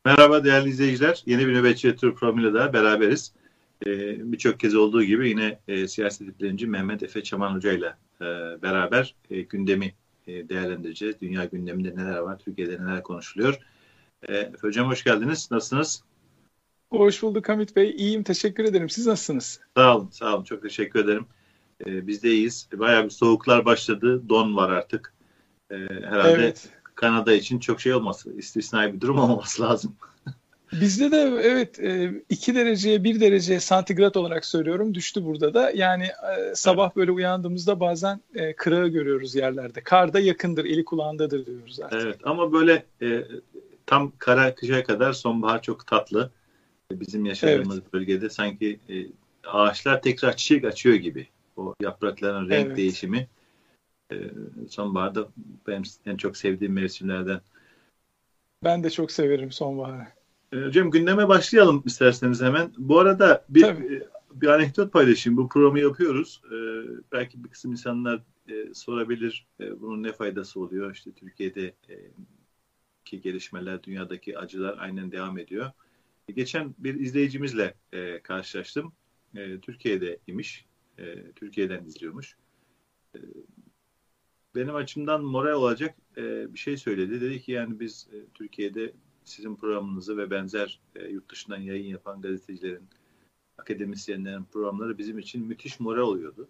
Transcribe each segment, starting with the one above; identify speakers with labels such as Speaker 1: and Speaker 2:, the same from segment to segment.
Speaker 1: Merhaba değerli izleyiciler. Yeni bir Nöbetçi Yatırım programıyla daha beraberiz. Birçok kez olduğu gibi yine siyaset bilimci Mehmet Efe Çaman Hoca ile beraber gündemi değerlendireceğiz. Dünya gündeminde neler var, Türkiye'de neler konuşuluyor. Hocam hoş geldiniz. Nasılsınız?
Speaker 2: Hoş bulduk Hamit Bey. İyiyim, teşekkür ederim. Siz nasılsınız?
Speaker 1: Sağ olun, sağ olun. Çok teşekkür ederim. Biz de iyiyiz. Bayağı bir soğuklar başladı. Don var artık. Herhalde
Speaker 2: Evet.
Speaker 1: Kanada için çok şey olması, istisnai bir durum olmaması lazım.
Speaker 2: Bizde de evet 2 dereceye 1 derece santigrat olarak söylüyorum düştü burada da. Yani
Speaker 1: Evet.
Speaker 2: sabah böyle uyandığımızda bazen kırağı görüyoruz yerlerde. Kar da yakındır, eli kulağındadır diyoruz
Speaker 1: Evet,
Speaker 2: artık.
Speaker 1: ama böyle tam kara kışa kadar sonbahar çok tatlı. Bizim
Speaker 2: Evet,
Speaker 1: yaşadığımız bölgede sanki ağaçlar tekrar çiçek açıyor gibi. O yaprakların renk
Speaker 2: evet.
Speaker 1: değişimi e, sonbaharda benim en çok sevdiğim mevsimlerden.
Speaker 2: Ben de çok severim sonbaharı.
Speaker 1: Hocam gündeme başlayalım isterseniz hemen. Bu arada
Speaker 2: Tabii.
Speaker 1: bir anekdot paylaşayım. Bu programı yapıyoruz. Belki bir kısım insanlar sorabilir bunun ne faydası oluyor? İşte Türkiye'de ki gelişmeler, dünyadaki acılar aynen devam ediyor. Geçen bir izleyicimizle karşılaştım. Türkiye'de imiş. Türkiye'den izliyormuş. E, Benim açımdan moral olacak bir şey söyledi. Dedi ki yani biz Türkiye'de sizin programınızı ve benzer yurt dışından yayın yapan gazetecilerin, akademisyenlerin programları bizim için müthiş moral oluyordu.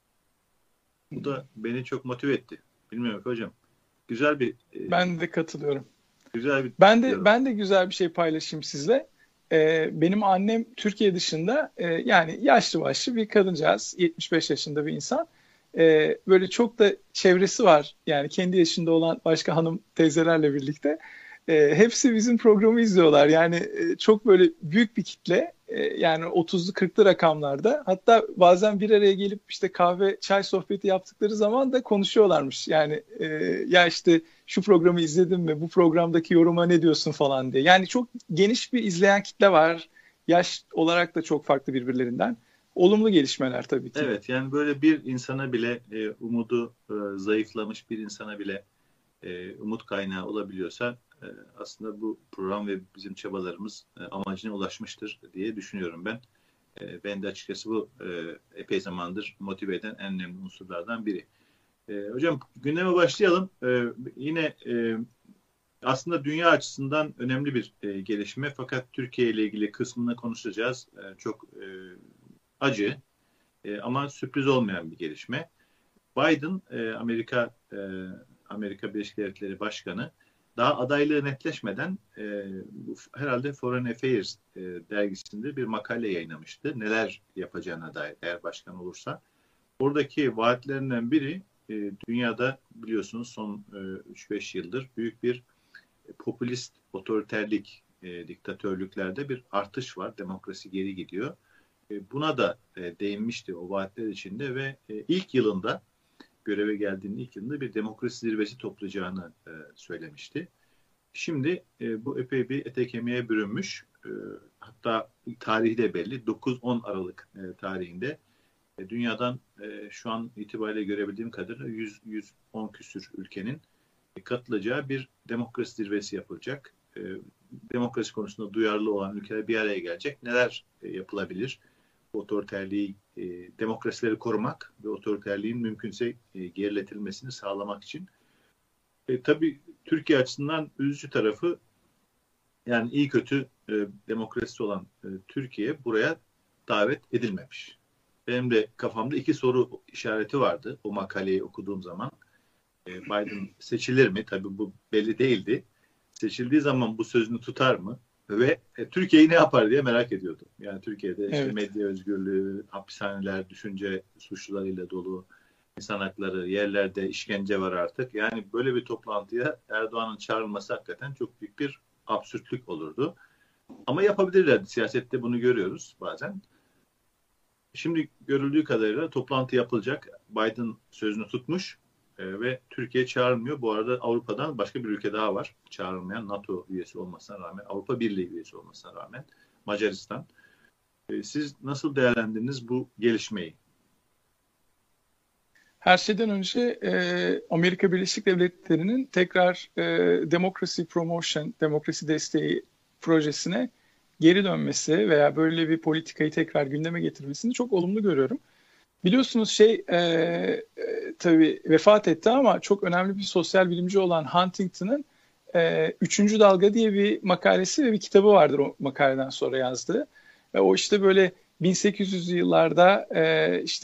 Speaker 1: Bu da beni çok motive etti. Bilmiyorum hocam. Güzel bir
Speaker 2: Ben de katılıyorum.
Speaker 1: güzel bir
Speaker 2: Ben de
Speaker 1: yorum.
Speaker 2: ben de güzel bir şey paylaşayım sizle. Benim annem Türkiye dışında yani yaşlı başlı bir kadıncağız, 75 yaşında bir insan. Böyle çok da çevresi var. Yani kendi yaşında olan başka hanım teyzelerle birlikte. Hepsi bizim programı izliyorlar. Yani çok böyle büyük bir kitle. Yani 30'lu 40'lı rakamlarda. Hatta bazen bir araya gelip işte kahve, çay sohbeti yaptıkları zaman da konuşuyorlarmış. Yani ya işte şu programı izledin mi? Bu programdaki yoruma ne diyorsun falan diye. Yani çok geniş bir izleyen kitle var. Yaş olarak da çok farklı birbirlerinden. Olumlu gelişmeler tabii ki.
Speaker 1: Evet, yani böyle bir insana bile umudu zayıflamış bir insana bile umut kaynağı olabiliyorsa aslında bu program ve bizim çabalarımız amacına ulaşmıştır diye düşünüyorum ben. Ben de açıkçası bu epey zamandır motive eden en önemli unsurlardan biri. Hocam gündeme başlayalım. Yine aslında dünya açısından önemli bir gelişme, fakat Türkiye ile ilgili kısmını konuşacağız. Çok acı ama sürpriz olmayan bir gelişme. Biden, Amerika Birleşik Devletleri Başkanı, daha adaylığı netleşmeden herhalde Foreign Affairs dergisinde bir makale yayınlamıştı. Neler yapacağına dair eğer başkan olursa. Oradaki vaatlerinden biri dünyada biliyorsunuz son 3-5 yıldır büyük bir popülist otoriterlik, diktatörlüklerde bir artış var. Demokrasi geri gidiyor. Buna da değinmişti o vaatler içinde ve ilk yılında göreve geldiğinin ilk yılında bir demokrasi zirvesi toplayacağını söylemişti. Şimdi bu epey bir ete kemiğe bürünmüş. Hatta tarihi de belli. 9-10 Aralık tarihinde dünyadan şu an itibariyle görebildiğim kadarıyla 110 küsür ülkenin katılacağı bir demokrasi zirvesi yapılacak. Demokrasi konusunda duyarlı olan ülkeler bir araya gelecek. Neler yapılabilir? Otoriterliği, demokrasileri korumak ve otoriterliğin mümkünse geriletilmesini sağlamak için. Tabii Türkiye açısından üzücü tarafı, yani iyi kötü demokrasi olan Türkiye buraya davet edilmemiş. Benim de kafamda iki soru işareti vardı o makaleyi okuduğum zaman. Biden seçilir mi? Tabii bu belli değildi. Seçildiği zaman bu sözünü tutar mı? Ve Türkiye'yi ne yapar diye merak ediyordum. Yani Türkiye'de işte
Speaker 2: Evet.
Speaker 1: medya özgürlüğü, hapishaneler, düşünce suçlularıyla dolu, insan hakları, yerlerde işkence var artık. Yani böyle bir toplantıya Erdoğan'ın çağrılması hakikaten çok büyük bir absürtlük olurdu. Ama yapabilirlerdi. Siyasette bunu görüyoruz bazen. Şimdi görüldüğü kadarıyla toplantı yapılacak. Biden sözünü tutmuş ve Türkiye çağrılmıyor. Bu arada Avrupa'dan başka bir ülke daha var. Çağrılmayan, NATO üyesi olmasına rağmen, Avrupa Birliği üyesi olmasına rağmen Macaristan. Siz nasıl değerlendirdiniz bu gelişmeyi?
Speaker 2: Her şeyden önce Amerika Birleşik Devletleri'nin tekrar demokrasi promotion, demokrasi desteği projesine geri dönmesi veya böyle bir politikayı tekrar gündeme getirmesini çok olumlu görüyorum. Biliyorsunuz tabii vefat etti ama çok önemli bir sosyal bilimci olan Huntington'ın Üçüncü Dalga diye bir makalesi ve bir kitabı vardır o makaleden sonra yazdığı. O işte böyle 1800'lü yıllarda, işte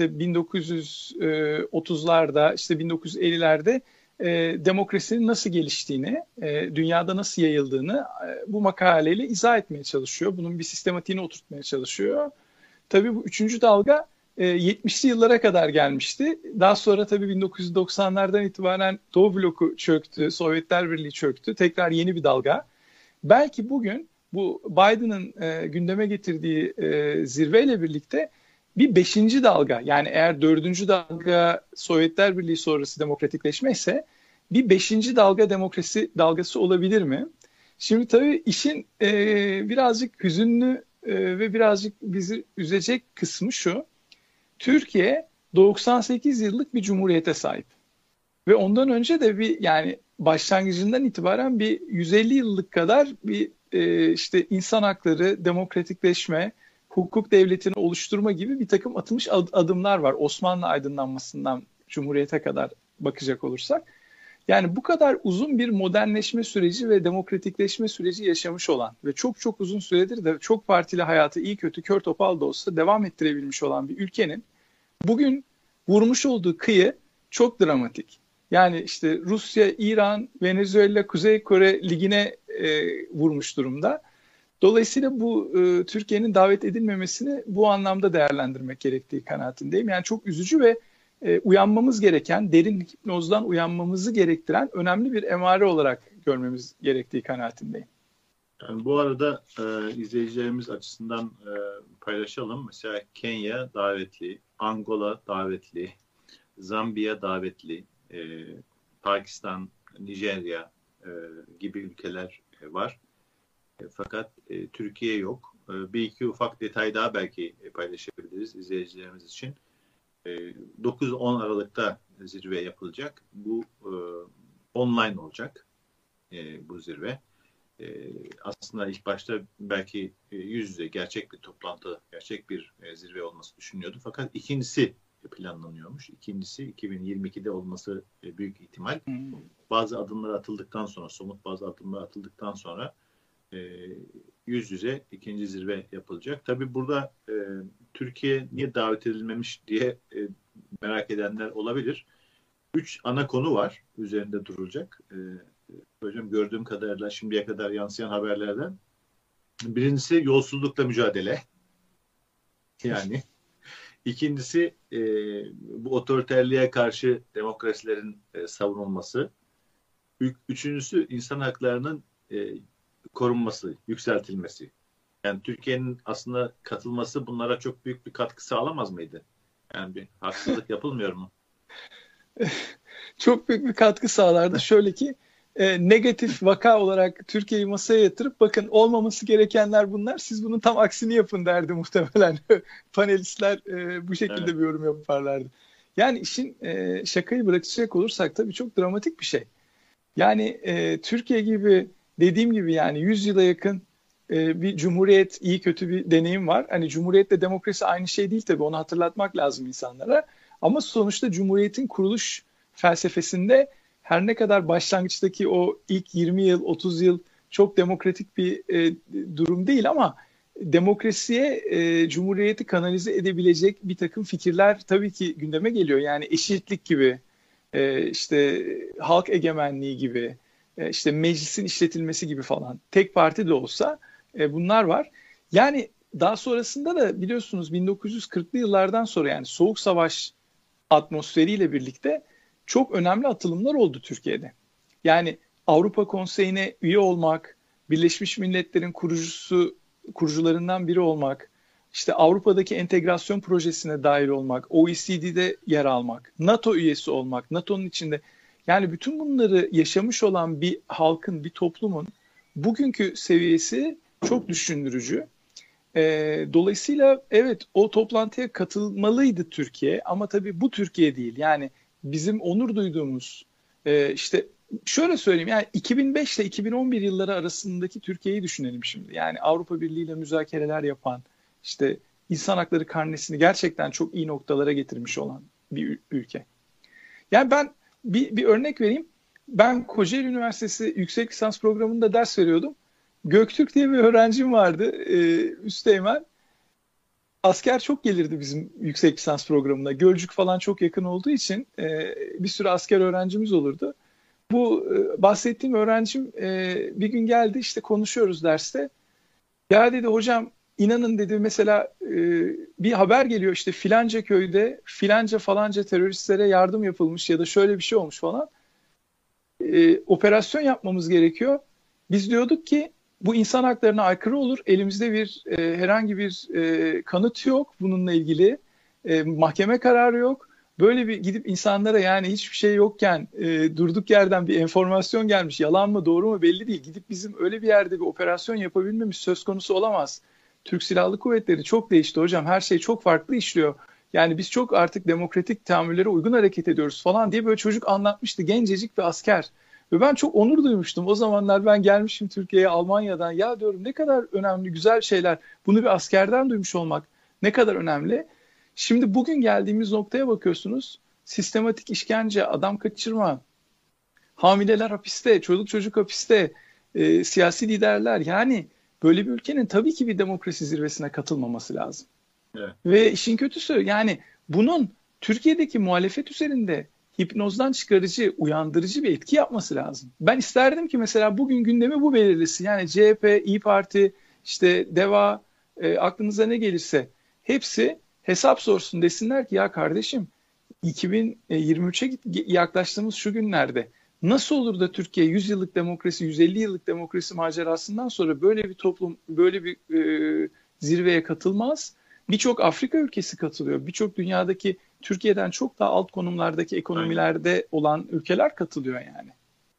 Speaker 2: 1930'larda, işte 1950'lerde demokrasinin nasıl geliştiğini, dünyada nasıl yayıldığını bu makaleyle izah etmeye çalışıyor. Bunun bir sistematiğini oturtmaya çalışıyor. Tabii bu üçüncü dalga 70'li yıllara kadar gelmişti. Daha sonra tabii 1990'lardan itibaren Doğu bloku çöktü, Sovyetler Birliği çöktü. Tekrar yeni bir dalga. Belki bugün bu Biden'ın gündeme getirdiği zirveyle birlikte bir beşinci dalga, yani eğer dördüncü dalga Sovyetler Birliği sonrası demokratikleşme ise bir beşinci dalga demokrasi dalgası olabilir mi? Şimdi tabii işin birazcık hüzünlü ve birazcık bizi üzecek kısmı şu. Türkiye 98 yıllık bir cumhuriyete sahip. Ve ondan önce de yani başlangıcından itibaren bir 150 yıllık kadar bir işte insan hakları, demokratikleşme, hukuk devletini oluşturma gibi bir takım atılmış adımlar var. Osmanlı aydınlanmasından Cumhuriyete kadar bakacak olursak. Yani bu kadar uzun bir modernleşme süreci ve demokratikleşme süreci yaşamış olan ve çok çok uzun süredir de çok partili hayatı iyi kötü kör topal da olsa devam ettirebilmiş olan bir ülkenin bugün vurmuş olduğu kıyı çok dramatik. Yani işte Rusya, İran, Venezuela, Kuzey Kore ligine vurmuş durumda. Dolayısıyla bu Türkiye'nin davet edilmemesini bu anlamda değerlendirmek gerektiği kanaatindeyim. Yani çok üzücü ve uyanmamız gereken, derin hipnozdan uyanmamızı gerektiren önemli bir emare olarak görmemiz gerektiği kanaatindeyim.
Speaker 1: Yani bu arada izleyicilerimiz açısından paylaşalım. Mesela Kenya davetli, Angola davetli, Zambiya davetli, Pakistan, Nijerya gibi ülkeler var. Fakat Türkiye yok. Bir iki ufak detay daha belki paylaşabiliriz izleyicilerimiz için. 9-10 Aralık'ta zirve yapılacak. Bu online olacak bu zirve. Aslında ilk başta belki yüz yüze gerçek bir toplantı, gerçek bir zirve olması düşünüyordu. Fakat ikincisi planlanıyormuş. İkincisi 2022'de olması büyük ihtimal. Bazı adımlar atıldıktan sonra, somut bazı adımlar atıldıktan sonra yüz yüze ikinci zirve yapılacak. Tabii burada Türkiye niye davet edilmemiş diye merak edenler olabilir. 3 ana konu var üzerinde durulacak. Hocam gördüğüm kadarıyla şimdiye kadar yansıyan haberlerden. Birincisi yolsuzlukla mücadele. Yani ikincisi bu otoriterliğe karşı demokrasilerin savunulması. Üçüncüsü insan haklarının korunması, yükseltilmesi. Yani Türkiye'nin aslında katılması bunlara çok büyük bir katkı sağlamaz mıydı? Yani bir haksızlık yapılmıyor mu?
Speaker 2: Çok büyük bir katkı sağlardı. Şöyle ki negatif vaka olarak Türkiye'yi masaya yatırıp bakın olmaması gerekenler bunlar. Siz bunun tam aksini yapın derdi muhtemelen. Panelistler bu şekilde bir yorum yaparlardı. Yani işin şakayı bırakacak olursak tabii çok dramatik bir şey. Yani Türkiye gibi dediğim gibi yani 100 yıla yakın bir cumhuriyet, iyi kötü bir deneyim var. Hani cumhuriyetle demokrasi aynı şey değil tabii, onu hatırlatmak lazım insanlara. Ama sonuçta cumhuriyetin kuruluş felsefesinde her ne kadar başlangıçtaki o ilk 20 yıl, 30 yıl çok demokratik bir durum değil ama demokrasiye cumhuriyeti kanalize edebilecek bir takım fikirler tabii ki gündeme geliyor. Yani eşitlik gibi, işte halk egemenliği gibi, işte meclisin işletilmesi gibi falan. Tek parti de olsa bunlar var. Yani daha sonrasında da biliyorsunuz 1940'lı yıllardan sonra yani Soğuk Savaş atmosferiyle birlikte çok önemli atılımlar oldu Türkiye'de. Yani Avrupa Konseyi'ne üye olmak, Birleşmiş Milletler'in kurucularından biri olmak, işte Avrupa'daki entegrasyon projesine dahil olmak, OECD'de yer almak, NATO üyesi olmak, NATO'nun içinde. Yani bütün bunları yaşamış olan bir halkın, bir toplumun bugünkü seviyesi çok düşündürücü. Dolayısıyla evet o toplantıya katılmalıydı Türkiye ama tabii bu Türkiye değil. Yani bizim onur duyduğumuz işte şöyle söyleyeyim, yani 2005 ile 2011 yılları arasındaki Türkiye'yi düşünelim şimdi. Yani Avrupa Birliği ile müzakereler yapan, işte insan hakları karnesini gerçekten çok iyi noktalara getirmiş olan bir ülke. Yani ben bir örnek vereyim. Ben Kocaeli Üniversitesi yüksek lisans programında ders veriyordum. Göktürk diye bir öğrencim vardı, Üsteğmen. Asker çok gelirdi bizim yüksek lisans programına. Gölcük falan çok yakın olduğu için bir sürü asker öğrencimiz olurdu. Bu bahsettiğim öğrencim bir gün geldi, işte konuşuyoruz derste. Ya dedi, hocam inanın dedi, mesela bir haber geliyor, işte filanca köyde filanca falanca teröristlere yardım yapılmış ya da şöyle bir şey olmuş falan. Operasyon yapmamız gerekiyor. Biz diyorduk ki bu insan haklarına aykırı olur. Elimizde bir herhangi bir kanıt yok bununla ilgili. Mahkeme kararı yok. Böyle bir gidip insanlara, yani hiçbir şey yokken durduk yerden bir enformasyon gelmiş. Yalan mı doğru mu belli değil. Gidip bizim öyle bir yerde bir operasyon yapabilmemiz söz konusu olamaz. Türk Silahlı Kuvvetleri çok değişti hocam. Her şey çok farklı işliyor. Yani biz çok artık demokratik tahammüllere uygun hareket ediyoruz falan diye böyle çocuk anlatmıştı. Gencecik bir asker. Ve ben çok onur duymuştum. O zamanlar ben gelmişim Türkiye'ye Almanya'dan. Ya diyorum, ne kadar önemli, güzel şeyler. Bunu bir askerden duymuş olmak ne kadar önemli. Şimdi bugün geldiğimiz noktaya bakıyorsunuz. Sistematik işkence, adam kaçırma, hamileler hapiste, çoluk çocuk hapiste, siyasi liderler. Yani böyle bir ülkenin tabii ki bir demokrasi zirvesine katılmaması lazım. Evet. Ve işin kötüsü, yani bunun Türkiye'deki muhalefet üzerinde hipnozdan çıkarıcı, uyandırıcı bir etki yapması lazım. Ben isterdim ki mesela bugün gündemi bu belirlesin. Yani CHP, İYİ Parti, işte DEVA, aklınıza ne gelirse hepsi hesap sorsun, desinler ki ya kardeşim, 2023'e yaklaştığımız şu günlerde nasıl olur da Türkiye 100 yıllık demokrasi, 150 yıllık demokrasi macerasından sonra böyle bir toplum, böyle bir zirveye katılmaz? Birçok Afrika ülkesi katılıyor. Birçok dünyadaki Türkiye'den çok daha alt konumlardaki ekonomilerde olan ülkeler katılıyor yani.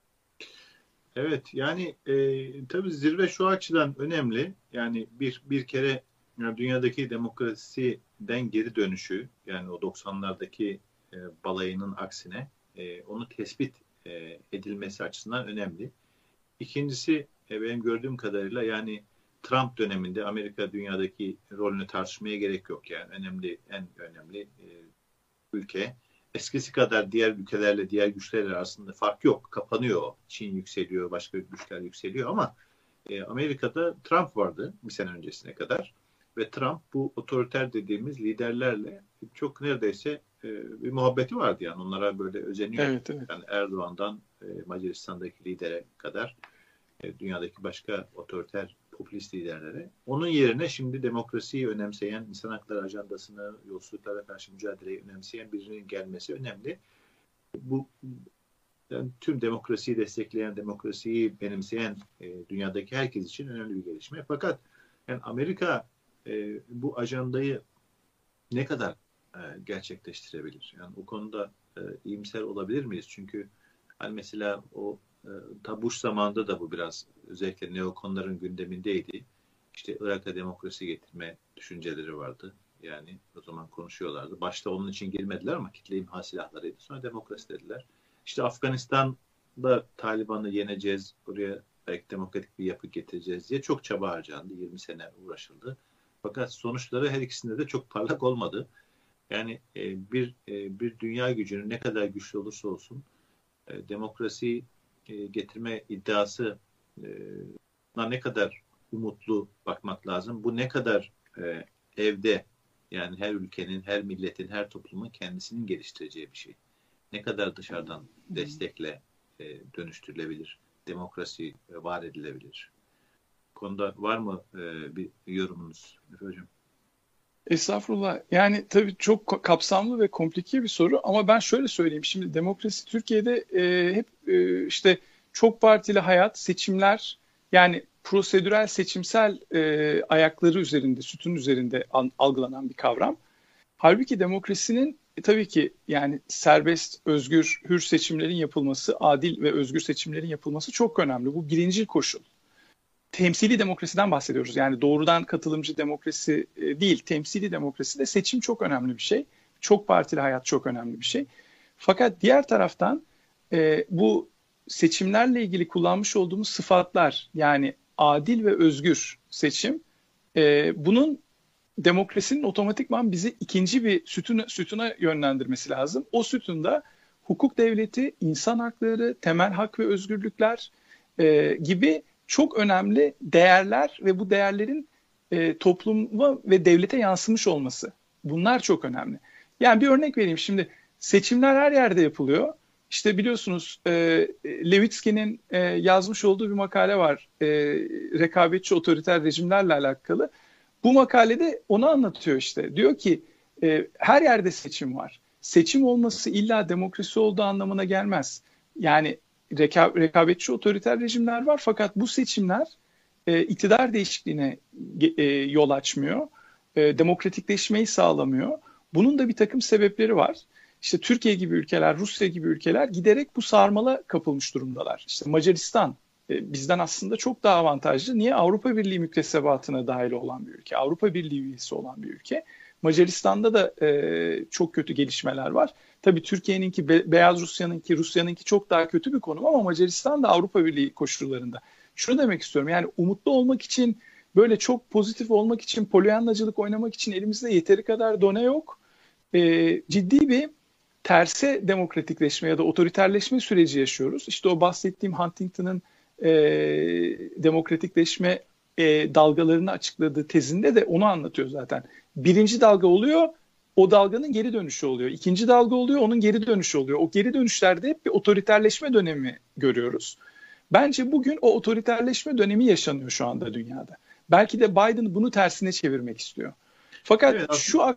Speaker 1: Evet, yani tabii zirve şu açıdan önemli. Yani bir kere yani dünyadaki demokrasiden geri dönüşü, yani o 90'lardaki balayının aksine onu tespit edilmesi açısından önemli. İkincisi benim gördüğüm kadarıyla yani Trump döneminde Amerika dünyadaki rolünü tartışmaya gerek yok. Yani en önemli ülke. Eskisi kadar diğer ülkelerle, diğer güçlerle arasında fark yok. Kapanıyor. Çin yükseliyor, başka güçler yükseliyor ama Amerika'da Trump vardı bir sene öncesine kadar ve Trump bu otoriter dediğimiz liderlerle çok neredeyse bir muhabbeti vardı, yani onlara böyle özeniyor. Evet, evet. Yani Erdoğan'dan Macaristan'daki lidere kadar dünyadaki başka otoriter popülist liderlere. Onun yerine şimdi demokrasiyi önemseyen, insan hakları ajandasını, yolsuzluklara karşı mücadeleyi önemseyen birinin gelmesi önemli. Bu yani tüm demokrasiyi destekleyen, demokrasiyi benimseyen dünyadaki herkes için önemli bir gelişme. Fakat yani Amerika bu ajandayı ne kadar gerçekleştirebilir? Yani o konuda iyimser olabilir miyiz? Çünkü hani mesela o Bush zamanında da bu biraz özellikle neokonların gündemindeydi. İşte Irak'a demokrasi getirme düşünceleri vardı. Yani o zaman konuşuyorlardı. Başta onun için girmediler ama kitle imha silahlarıydı. Sonra demokrasi dediler. İşte Afganistan'da Taliban'ı yeneceğiz, buraya belki demokratik bir yapı getireceğiz diye çok çaba harcandı. 20 sene uğraşıldı. Fakat sonuçları her ikisinde de çok parlak olmadı. Yani bir dünya gücünün ne kadar güçlü olursa olsun demokrasi getirme iddiası ne kadar umutlu bakmak lazım. Bu ne kadar evde, yani her ülkenin, her milletin, her toplumun kendisinin geliştireceği bir şey. Ne kadar dışarıdan destekle dönüştürülebilir, demokrasi var edilebilir. Bu konuda var mı bir yorumunuz hocam?
Speaker 2: Estağfurullah. Yani tabii çok kapsamlı ve komplike bir soru ama ben şöyle söyleyeyim. Şimdi demokrasi Türkiye'de hep işte çok partili hayat, seçimler, yani prosedürel seçimsel ayakları üzerinde, sütun üzerinde algılanan bir kavram. Halbuki demokrasinin tabii ki yani serbest, özgür, hür seçimlerin yapılması, adil ve özgür seçimlerin yapılması çok önemli. Bu birincil koşul. Temsili demokrasiden bahsediyoruz. Yani doğrudan katılımcı demokrasi değil, temsili demokrasi de seçim çok önemli bir şey. Çok partili hayat çok önemli bir şey. Fakat diğer taraftan bu seçimlerle ilgili kullanmış olduğumuz sıfatlar, yani adil ve özgür seçim, bunun demokrasinin otomatikman bizi ikinci bir sütuna yönlendirmesi lazım. O sütunda hukuk devleti, insan hakları, temel hak ve özgürlükler gibi çok önemli değerler ve bu değerlerin topluma ve devlete yansımış olması. Bunlar çok önemli. Yani bir örnek vereyim. Şimdi seçimler her yerde yapılıyor. İşte biliyorsunuz Levitsky'nin yazmış olduğu bir makale var. Rekabetçi otoriter rejimlerle alakalı. Bu makalede onu anlatıyor işte. Diyor ki her yerde seçim var. Seçim olması illa demokrasi olduğu anlamına gelmez. Yani rekabetçi otoriter rejimler var fakat bu seçimler iktidar değişikliğine yol açmıyor. Demokratikleşmeyi sağlamıyor. Bunun da bir takım sebepleri var. İşte Türkiye gibi ülkeler, Rusya gibi ülkeler giderek bu sarmala kapılmış durumdalar. İşte Macaristan bizden aslında çok daha avantajlı. Niye? Avrupa Birliği müktesebatına dahil olan bir ülke, Avrupa Birliği üyesi olan bir ülke. Macaristan'da da çok kötü gelişmeler var. Tabii Türkiye'ninki, Beyaz Rusya'nınki çok daha kötü bir konum ama Macaristan da Avrupa Birliği koşullarında. Şunu demek istiyorum, yani umutlu olmak için, böyle çok pozitif olmak için, polyanlacılık oynamak için elimizde yeteri kadar done yok. Ciddi bir terse demokratikleşme ya da otoriterleşme süreci yaşıyoruz. İşte o bahsettiğim Huntington'ın demokratikleşme dalgalarını açıkladığı tezinde de onu anlatıyor zaten. Birinci dalga oluyor, o dalganın geri dönüşü oluyor. İkinci dalga oluyor, onun geri dönüşü oluyor. O geri dönüşlerde hep bir otoriterleşme dönemi görüyoruz. Bence bugün o otoriterleşme dönemi yaşanıyor şu anda dünyada. Belki de Biden bunu tersine çevirmek istiyor. Fakat evet,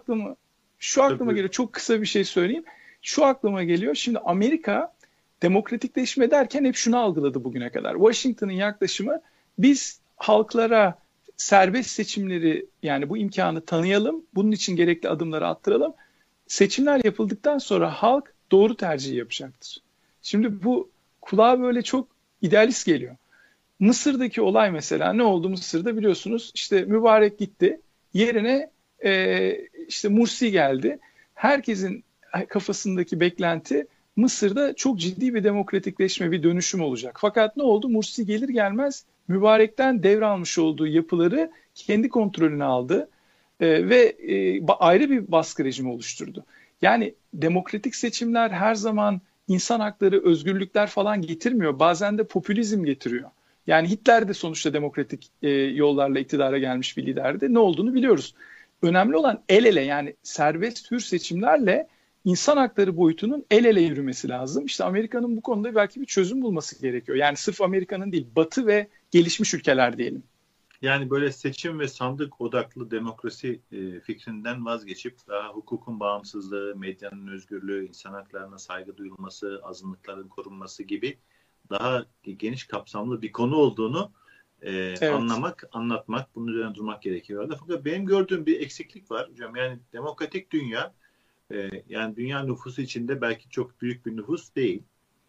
Speaker 2: şu aklıma geliyor, çok kısa bir şey söyleyeyim. Şu aklıma geliyor, şimdi Amerika demokratikleşme derken hep şunu algıladı bugüne kadar. Washington'ın yaklaşımı, biz halklara serbest seçimleri, yani bu imkanı tanıyalım, bunun için gerekli adımları attıralım. Seçimler yapıldıktan sonra halk doğru tercihi yapacaktır. Şimdi bu kulağa böyle çok idealist geliyor. Mısır'daki olay mesela ne oldu Mısır'da biliyorsunuz, işte Mübarek gitti, yerine işte Mursi geldi. Herkesin kafasındaki beklenti Mısır'da çok ciddi bir demokratikleşme, bir dönüşüm olacak. Fakat ne oldu? Mursi gelir gelmez Mübarek'ten devralmış olduğu yapıları kendi kontrolüne aldı ve ayrı bir baskı rejimi oluşturdu. Yani demokratik seçimler her zaman insan hakları, özgürlükler falan getirmiyor. Bazen de popülizm getiriyor. Yani Hitler de sonuçta demokratik yollarla iktidara gelmiş bir liderdi. Ne olduğunu biliyoruz. Önemli olan el ele, yani serbest hür seçimlerle insan hakları boyutunun el ele yürümesi lazım. İşte Amerika'nın bu konuda belki bir çözüm bulması gerekiyor. Yani sırf Amerika'nın değil, Batı ve gelişmiş ülkeler diyelim.
Speaker 1: Yani böyle seçim ve sandık odaklı demokrasi fikrinden vazgeçip daha hukukun bağımsızlığı, medyanın özgürlüğü, insan haklarına saygı duyulması, azınlıkların korunması gibi daha geniş kapsamlı bir konu olduğunu evet, anlamak, anlatmak, bunun üzerine durmak gerekiyor. Fakat benim gördüğüm bir eksiklik var hocam. Yani demokratik dünya, yani dünya nüfusu içinde belki çok büyük bir nüfus değil.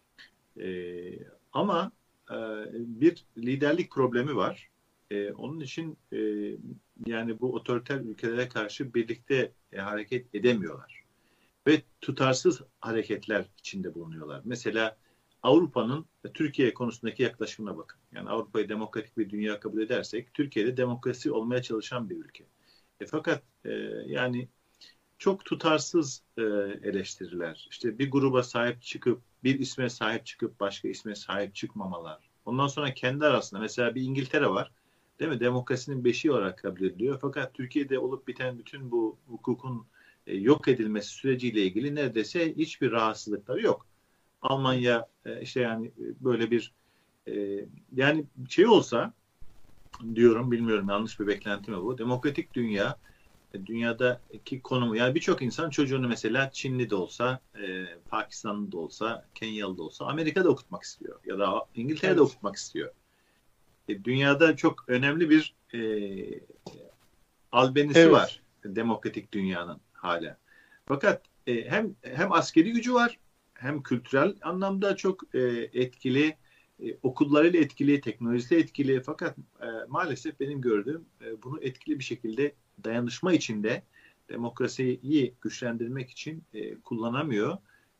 Speaker 1: Ama bir liderlik problemi var. Onun için yani bu otoriter ülkelere karşı birlikte hareket edemiyorlar. Ve tutarsız hareketler içinde bulunuyorlar. Mesela Avrupa'nın Türkiye konusundaki yaklaşımına bakın. Yani Avrupa'yı demokratik bir dünya kabul edersek, Türkiye'de demokrasi olmaya çalışan bir ülke. Fakat yani çok tutarsız eleştiriler. İşte bir gruba sahip çıkıp, bir isme sahip çıkıp başka isme sahip çıkmamalar. Ondan sonra kendi arasında mesela bir İngiltere var. Değil mi? Demokrasinin beşiği olarak kabul ediliyor. Fakat Türkiye'de olup biten bütün bu hukukun yok edilmesi süreciyle ilgili neredeyse hiçbir rahatsızlıkları yok. Almanya işte yani böyle bir yani şey olsa diyorum, bilmiyorum yanlış bir beklenti mi bu? Demokratik dünya, dünyadaki konumu, yani birçok insan çocuğunu mesela Çinli de olsa, Pakistanlı da olsa, Kenyalı da olsa Amerika'da okutmak istiyor ya da İngiltere'de evet, okutmak istiyor. Dünyada çok önemli bir albenisi evet, var demokratik dünyanın hala. Fakat hem askeri gücü var, hem kültürel anlamda çok etkili, okullarıyla etkili, teknolojisiyle etkili. Fakat maalesef benim gördüğüm bunu etkili bir şekilde dayanışma içinde demokrasiyi güçlendirmek için kullanamıyor.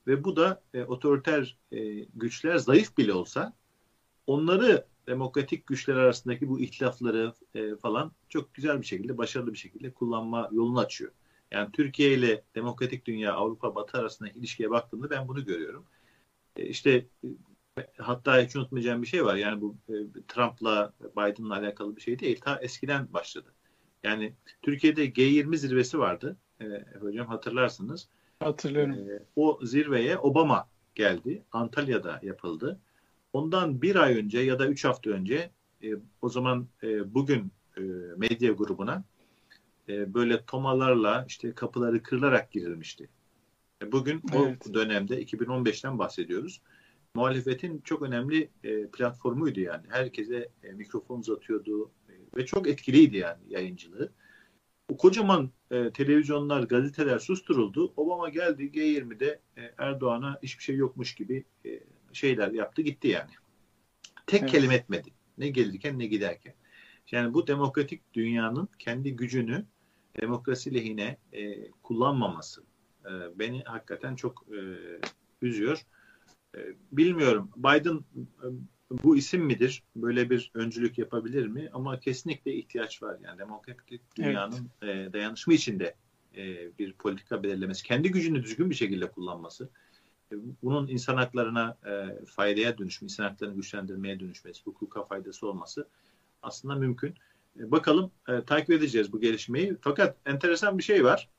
Speaker 1: ve bu da otoriter güçler zayıf bile olsa onları demokratik güçler arasındaki bu ihtilafları falan çok güzel bir şekilde, başarılı bir şekilde kullanma yolunu açıyor. Yani Türkiye ile demokratik dünya, Avrupa, Batı arasındaki ilişkiye baktığımda ben bunu görüyorum. İşte hatta hiç unutmayacağım bir şey var. Yani bu Trump'la Biden'la alakalı bir şey değil. Ta eskiden başladı. Yani Türkiye'de G20 zirvesi vardı. Hocam hatırlarsınız.
Speaker 2: Hatırlıyorum.
Speaker 1: O zirveye Obama geldi. Antalya'da yapıldı. Ondan bir ay önce ya da 3 hafta önce o zaman bugün medya grubuna böyle tomalarla işte kapıları kırılarak girilmişti. Bugün evet. O dönemde 2015'ten bahsediyoruz. Muhalefetin çok önemli platformuydu yani. Herkese mikrofon uzatıyordu ve çok etkiliydi yani yayıncılığı. O kocaman televizyonlar, gazeteler susturuldu. Obama geldi G20'de Erdoğan'a hiçbir şey yokmuş gibi şeyler yaptı gitti yani. Tek kelime etmedi. Ne gelirken ne giderken. Yani bu demokratik dünyanın kendi gücünü demokrasi lehine kullanmaması beni hakikaten çok üzüyor. Bilmiyorum. Biden bu isim midir? Böyle bir öncülük yapabilir mi? Ama kesinlikle ihtiyaç var. Yani demokratik dünyanın dayanışma içinde bir politika belirlemesi, kendi gücünü düzgün bir şekilde kullanması, bunun insan haklarına faydaya dönüşmesi, insan haklarını güçlendirmeye dönüşmesi, hukuka faydası olması aslında mümkün. Bakalım takip edeceğiz bu gelişmeyi. Fakat enteresan bir şey var.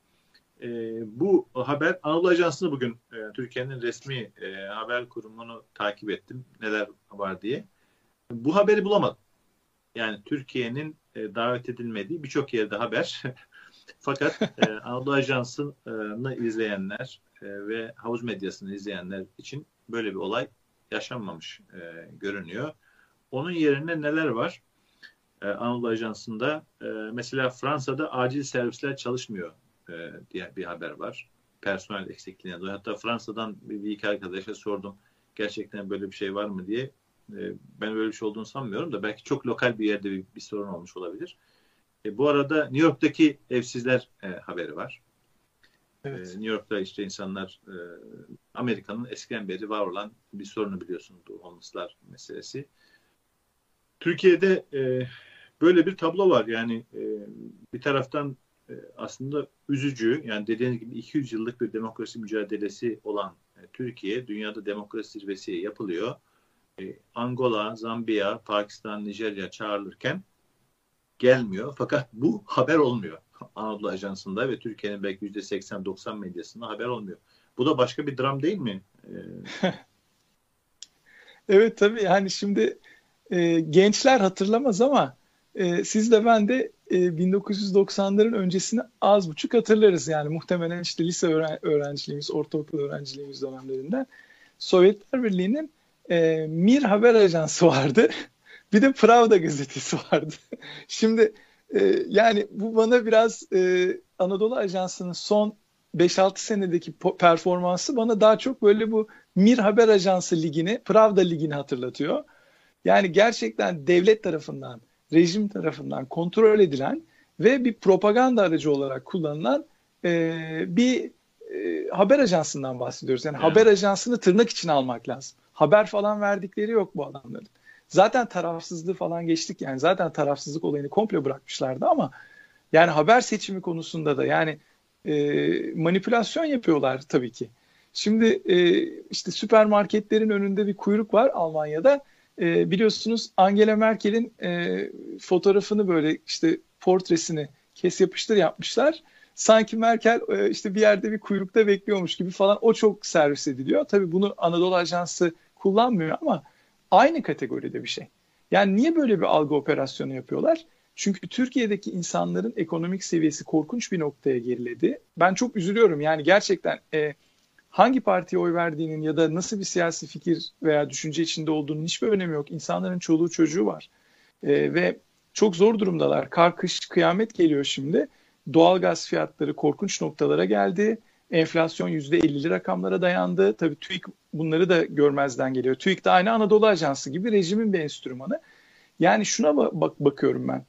Speaker 1: Bu haber Anadolu Ajansı'nı bugün Türkiye'nin resmi haber kurumunu takip ettim. Neler var diye. Bu haberi bulamadım. Yani Türkiye'nin davet edilmediği birçok yerde haber. Fakat Anadolu Ajansı'nı izleyenler ve havuz medyasını izleyenler için böyle bir olay yaşanmamış görünüyor. Onun yerine neler var? Anadolu Ajansı'nda mesela Fransa'da acil servisler çalışmıyor diye bir haber var. Personel eksikliğine dolayı. Hatta Fransa'dan bir iki arkadaşa sordum. Gerçekten böyle bir şey var mı diye. Ben böyle bir şey olduğunu sanmıyorum da belki çok lokal bir yerde bir sorun olmuş olabilir. Bu arada New York'taki evsizler haberi var. Evet. New York'ta işte insanlar Amerika'nın eskiden beri var olan bir sorunu biliyorsunuz. Bu homeless'lar meselesi. Türkiye'de böyle bir tablo var. Yani bir taraftan aslında üzücü. Yani dediğiniz gibi 200 yıllık bir demokrasi mücadelesi olan Türkiye, dünyada demokrasi zirvesi yapılıyor. Angola, Zambiya, Pakistan, Nijerya çağrılırken gelmiyor. Fakat bu haber olmuyor. Anadolu Ajansı'nda ve Türkiye'nin belki %80-90 medyasında haber olmuyor. Bu da başka bir dram değil mi?
Speaker 2: Evet tabii yani şimdi gençler hatırlamaz ama siz de ben de 1990'ların öncesini az buçuk hatırlarız. Yani muhtemelen işte lise öğrenciliğimiz, ortaokul öğrenciliğimiz dönemlerinde Sovyetler Birliği'nin Mir haber ajansı vardı. Bir de Pravda gazetesi vardı. Şimdi yani bu bana biraz Anadolu Ajansı'nın son 5-6 senedeki performansı bana daha çok böyle bu Mir Haber Ajansı ligini, Pravda ligini hatırlatıyor. Yani gerçekten devlet tarafından, rejim tarafından kontrol edilen ve bir propaganda aracı olarak kullanılan bir haber ajansından bahsediyoruz. Yani haber ajansını tırnak içine almak lazım. Haber falan verdikleri yok bu adamların. Zaten tarafsızlığı falan geçtik yani. Zaten tarafsızlık olayını komple bırakmışlardı ama yani haber seçimi konusunda da yani manipülasyon yapıyorlar tabii ki. Şimdi işte süpermarketlerin önünde bir kuyruk var Almanya'da. Biliyorsunuz Angela Merkel'in fotoğrafını böyle işte portresini kes yapıştır yapmışlar. Sanki Merkel işte bir yerde bir kuyrukta bekliyormuş gibi falan o çok servis ediliyor. Tabii bunu Anadolu Ajansı kullanmıyor ama aynı kategoride bir şey. Yani niye böyle bir algı operasyonu yapıyorlar? Çünkü Türkiye'deki insanların ekonomik seviyesi korkunç bir noktaya geriledi. Ben çok üzülüyorum yani gerçekten hangi partiye oy verdiğinin ya da nasıl bir siyasi fikir veya düşünce içinde olduğunun hiçbir önemi yok. İnsanların çoluğu çocuğu var ve çok zor durumdalar. Kar, kış, kıyamet geliyor şimdi. Doğalgaz fiyatları korkunç noktalara geldi. Enflasyon %50'li rakamlara dayandı. Tabii TÜİK bunları da görmezden geliyor. TÜİK de aynı Anadolu Ajansı gibi rejimin bir enstrümanı. Yani şuna bakıyorum ben.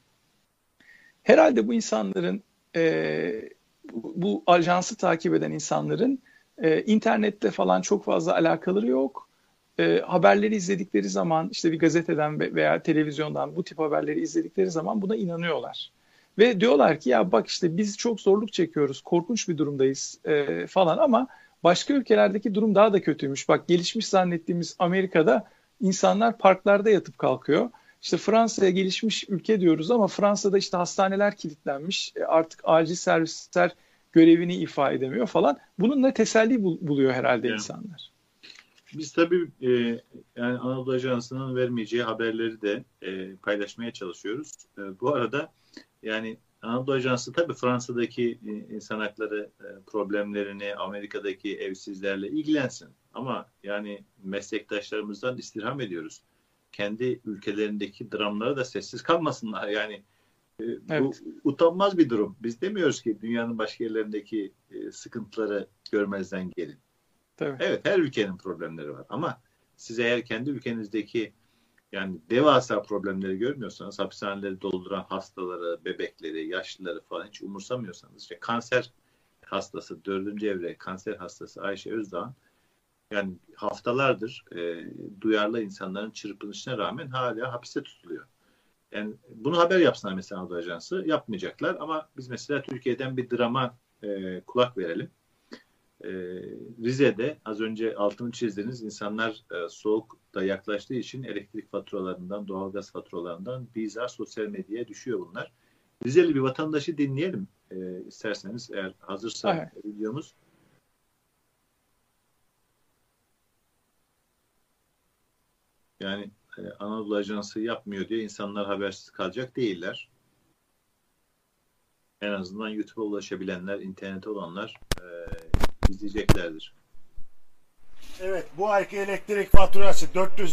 Speaker 2: Herhalde bu insanların, bu ajansı takip eden insanların İnternette falan çok fazla alakaları yok. Haberleri izledikleri zaman işte bir gazeteden veya televizyondan bu tip haberleri izledikleri zaman buna inanıyorlar. Ve diyorlar ki ya bak işte biz çok zorluk çekiyoruz, korkunç bir durumdayız falan ama başka ülkelerdeki durum daha da kötüymüş. Bak gelişmiş zannettiğimiz Amerika'da insanlar parklarda yatıp kalkıyor. İşte Fransa'ya gelişmiş ülke diyoruz ama Fransa'da işte hastaneler kilitlenmiş. Artık acil servisler görevini ifa edemiyor falan. Bununla teselli buluyor herhalde
Speaker 1: Yani,
Speaker 2: insanlar.
Speaker 1: biz tabii yani Anadolu Ajansı'nın vermeyeceği haberleri de paylaşmaya çalışıyoruz. Bu arada yani Anadolu Ajansı tabii Fransa'daki insan hakları problemlerini, Amerika'daki evsizlerle ilgilensin. Ama yani meslektaşlarımızdan istirham ediyoruz. Kendi ülkelerindeki dramlara da sessiz kalmasınlar. Yani bu
Speaker 2: Evet.
Speaker 1: utanmaz bir durum. Biz demiyoruz ki dünyanın başka yerlerindeki sıkıntıları görmezden gelin.
Speaker 2: Tabii.
Speaker 1: Evet, her ülkenin problemleri var ama siz eğer kendi ülkenizdeki yani devasa problemleri görmüyorsanız, hapishaneleri dolduran hastaları, bebekleri, yaşlıları falan hiç umursamıyorsanız, işte kanser hastası, 4. evre kanser hastası Ayşe Özdağ'ın yani haftalardır duyarlı insanların çırpınışına rağmen hala hapiste tutuluyor. Yani bunu haber yapsınlar mesela Anadolu Ajansı, yapmayacaklar ama biz mesela Türkiye'den bir drama kulak verelim. Rize'de az önce altını çizdiğiniz insanlar soğuk da yaklaştığı için elektrik faturalarından, doğalgaz faturalarından bizar sosyal medyaya düşüyor bunlar. Rizeli bir vatandaşı dinleyelim isterseniz eğer hazırsa
Speaker 2: Evet.
Speaker 1: videomuz. Yani Anadolu Ajansı yapmıyor diye insanlar habersiz kalacak değiller. En azından YouTube'a ulaşabilenler, internete olanlar izleyeceklerdir.
Speaker 3: Evet, bu ayki elektrik faturası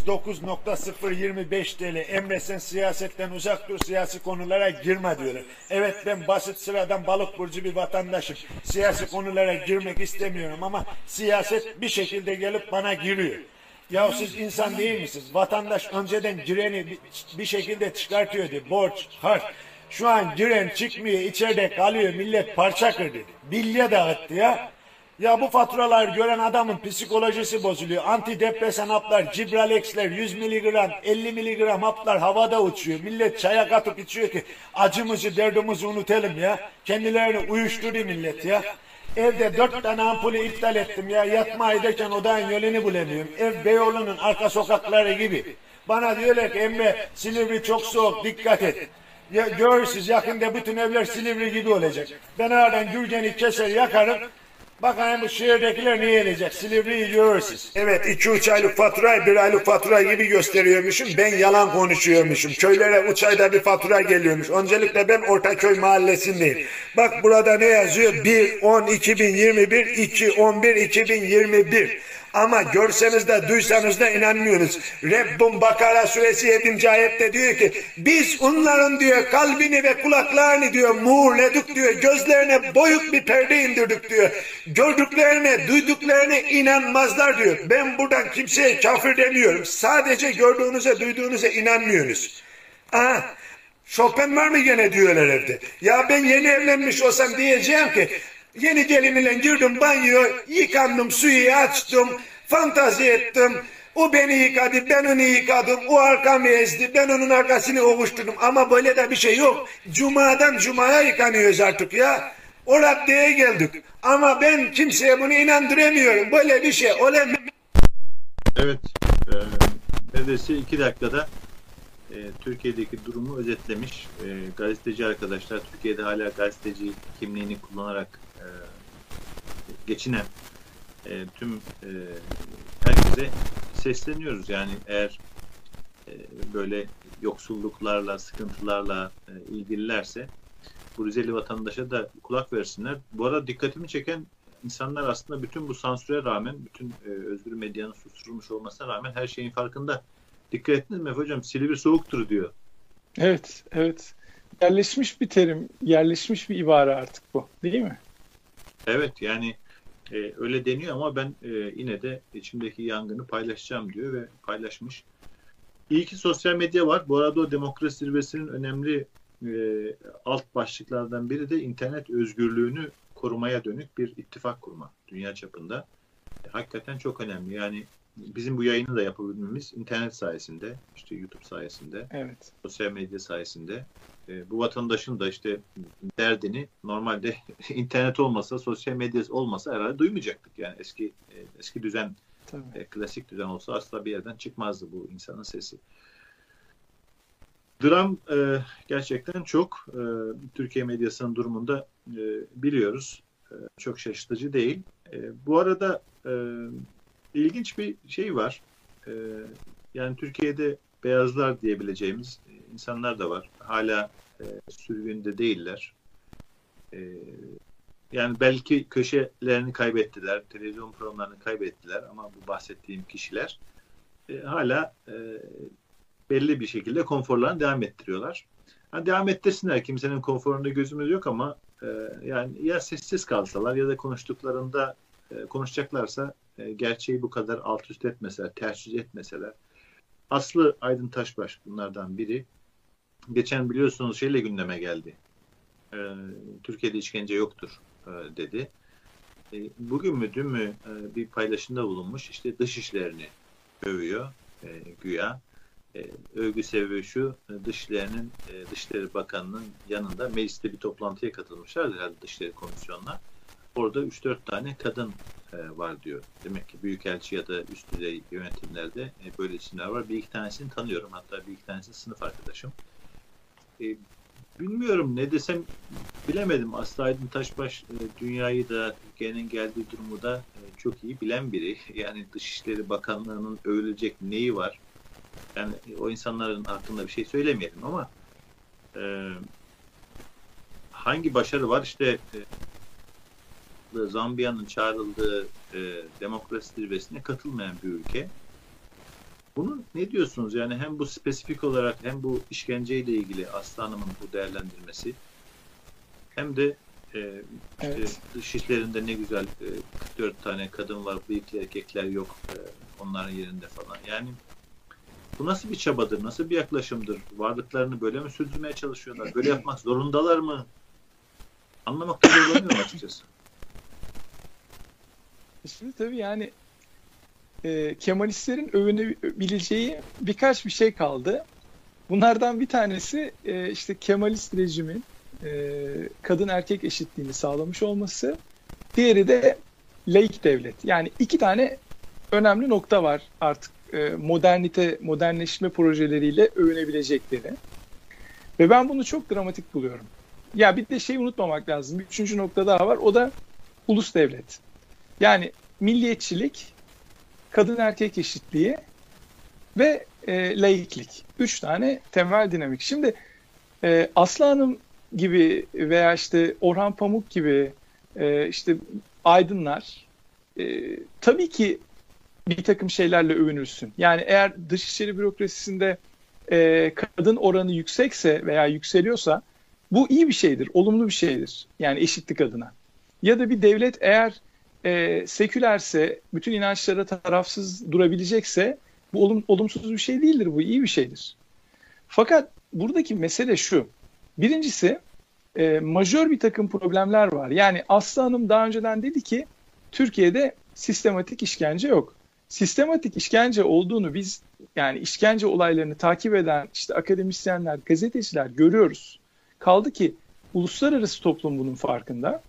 Speaker 3: 409.025 TL. Emre sen siyasetten uzak dur, siyasi konulara girme diyorlar. Evet, ben basit sıradan balık burcu bir vatandaşım. Siyasi konulara girmek istemiyorum ama siyaset bir şekilde gelip bana giriyor. Ya siz insan değil misiniz? Vatandaş önceden gireni bir şekilde çıkartıyordu. Borç, harç. Şu an giren çıkmıyor, içeride kalıyor, millet parça kırdı. Bilye dağıttı ya. Ya bu faturalar gören adamın psikolojisi bozuluyor. Antidepresan haplar, Cibralex'ler, 100 miligram, 50 miligram haplar havada uçuyor. Millet çaya katıp içiyor ki acımızı, derdimizi unutalım ya. Kendilerini uyuşturuyor millet ya. Evde 4 tane ampulü iptal ettim ya. Yatma ederken odağın yolunu bulamıyorum. Ev Beyoğlu'nun arka sokakları gibi. Bana diyorlar ki Emre Silivri çok soğuk, dikkat et. Ya, görürsünüz yakında bütün evler Silivri gibi olacak. Ben aradan Gürgen'i keser yakarım. Bakayım bu şehirdekiler ne gelecek? Silivri'yi görürsünüz. Evet, 2-3 aylık faturayı 1 aylık fatura gibi gösteriyormuşum. Ben yalan konuşuyormuşum. Köylere 3 ayda bir fatura geliyormuş. Öncelikle ben Ortaköy mahallesindeyim. Bak burada ne yazıyor? 1-10-2021, 2-11-2021. Ama görseniz de duysanız da inanmıyorsunuz. Rabbim Bakara suresi 7. ayette diyor ki biz onların diyor kalbini ve kulaklarını diyor muğurladık diyor. Gözlerine boyuk bir perde indirdik diyor. Gördüklerine duyduklarına inanmazlar diyor. Ben buradan kimseye kafir demiyorum. Sadece gördüğünüze duyduğunuza inanmıyorsunuz. Aha. Chopin var mı gene diyorlar evde. Ya ben yeni evlenmiş olsam diyeceğim ki yeni gelinle girdim banyo, yıkandım, suyu açtım, fantazi ettim. O beni yıkadı, ben onu yıkadım, o arkamı ezdi, ben onun arkasını ovuşturdum. Ama böyle de bir şey yok. Cuma'dan Cuma'ya yıkanıyoruz artık ya. O raddeye geldik. Ama ben kimseye bunu inandıramıyorum. Böyle bir şey olamaz.
Speaker 1: Evet, neredeyse 2 dakikada Türkiye'deki durumu özetlemiş. Gazeteci arkadaşlar, Türkiye'de hala gazeteci kimliğini kullanarak geçinen tüm herkese sesleniyoruz. Yani eğer böyle yoksulluklarla, sıkıntılarla ilgililerse bu Rizeli vatandaşa da kulak versinler. Bu arada dikkatimi çeken insanlar aslında bütün bu sansüre rağmen, bütün özgür medyanın susturulmuş olmasına rağmen her şeyin farkında. Dikkat ettiniz mi hocam? Silivri soğuktur diyor.
Speaker 2: Evet, evet. Yerleşmiş bir terim, yerleşmiş bir ibare artık bu, değil mi?
Speaker 1: Evet, yani öyle deniyor ama ben yine de içimdeki yangını paylaşacağım diyor ve paylaşmış. İyi ki sosyal medya var. Bu arada o demokrasi zirvesinin önemli alt başlıklardan biri de internet özgürlüğünü korumaya dönük bir ittifak kurma dünya çapında hakikaten çok önemli. Yani bizim bu yayını da yapabilmemiz internet sayesinde, işte YouTube sayesinde,
Speaker 2: Evet.
Speaker 1: sosyal medya sayesinde. Bu vatandaşın da işte derdini normalde internet olmasa, sosyal medyası olmasa herhalde duymayacaktık. Yani eski düzen, klasik düzen olsa asla bir yerden çıkmazdı bu insanın sesi. Dram gerçekten çok. Türkiye medyasının durumunda biliyoruz. Çok şaşırtıcı değil. Bu arada ilginç bir şey var. Yani Türkiye'de beyazlar diyebileceğimiz insanlar da var. Hala sürgünde değiller. Yani belki köşelerini kaybettiler, televizyon programlarını kaybettiler ama bu bahsettiğim kişiler hala belli bir şekilde konforlarını devam ettiriyorlar. Yani devam ettirsinler. Kimsenin konforunda gözümüz yok ama yani ya sessiz kalsalar ya da konuştuklarında konuşacaklarsa gerçeği bu kadar alt üst etmeseler, ters yüz etmeseler. Aslı Aydın Taşbaş bunlardan biri. Geçen biliyorsunuz şeyle gündeme geldi. Türkiye'de işkence yoktur dedi. Bugün mü dün mü bir paylaşımda bulunmuş. İşte dış işlerini övüyor güya. Övgü sebebi şu, Dışişleri Bakanı'nın yanında mecliste bir toplantıya katılmışlar herhalde Dışişleri Komisyonu'na. Orada 3-4 tane kadın var diyor. Demek ki büyükelçi ya da üst düzey yönetimlerde böyle isimler var. Bir iki tanesini tanıyorum. Hatta bir iki tanesi sınıf arkadaşım. Bilmiyorum ne desem bilemedim. Aslı Aydın Taşbaş dünyayı da Türkiye'nin geldiği durumu da çok iyi bilen biri. Yani Dışişleri Bakanlığı'nın övülecek neyi var? Yani o insanların hakkında bir şey söylemeyelim ama hangi başarı var? İşte Zambiya'nın çağrıldığı demokrasi zirvesine katılmayan bir ülke. Bunun ne diyorsunuz? Yani hem bu spesifik olarak hem bu işkenceyle ilgili Aslı Hanım'ın bu değerlendirmesi hem de
Speaker 2: Evet.
Speaker 1: dış işlerinde ne güzel 44 tane kadın var, bıyıklı erkekler yok onların yerinde falan. Yani bu nasıl bir çabadır? Nasıl bir yaklaşımdır? Varlıklarını böyle mi sürdürmeye çalışıyorlar? Böyle yapmak zorundalar mı? Anlamakta zorlanıyorum açıkçası.
Speaker 2: Şimdi tabii yani Kemalistlerin övünebileceği birkaç bir şey kaldı. Bunlardan bir tanesi işte Kemalist rejimin kadın erkek eşitliğini sağlamış olması. Diğeri de laik devlet. Yani iki tane önemli nokta var artık modernleşme projeleriyle övünebilecekleri. Ve ben bunu çok dramatik buluyorum. Ya bir de şeyi unutmamak lazım. Bir üçüncü nokta daha var. O da ulus devlet. Yani milliyetçilik, kadın erkek eşitliği ve laiklik. Üç tane temel dinamik. Şimdi Aslı Hanım gibi veya işte Orhan Pamuk gibi işte aydınlar tabii ki bir takım şeylerle övünürsün. Yani eğer dışişleri bürokrasisinde kadın oranı yüksekse veya yükseliyorsa bu iyi bir şeydir, olumlu bir şeydir. Yani eşitlik adına. Ya da bir devlet eğer sekülerse, bütün inançlara tarafsız durabilecekse bu olumsuz bir şey değildir, bu iyi bir şeydir. Fakat buradaki mesele şu. Birincisi majör bir takım problemler var. Yani Aslı Hanım daha önceden dedi ki Türkiye'de sistematik işkence yok. Sistematik işkence olduğunu biz yani işkence olaylarını takip eden işte akademisyenler, gazeteciler görüyoruz. Kaldı ki uluslararası toplum bunun farkında.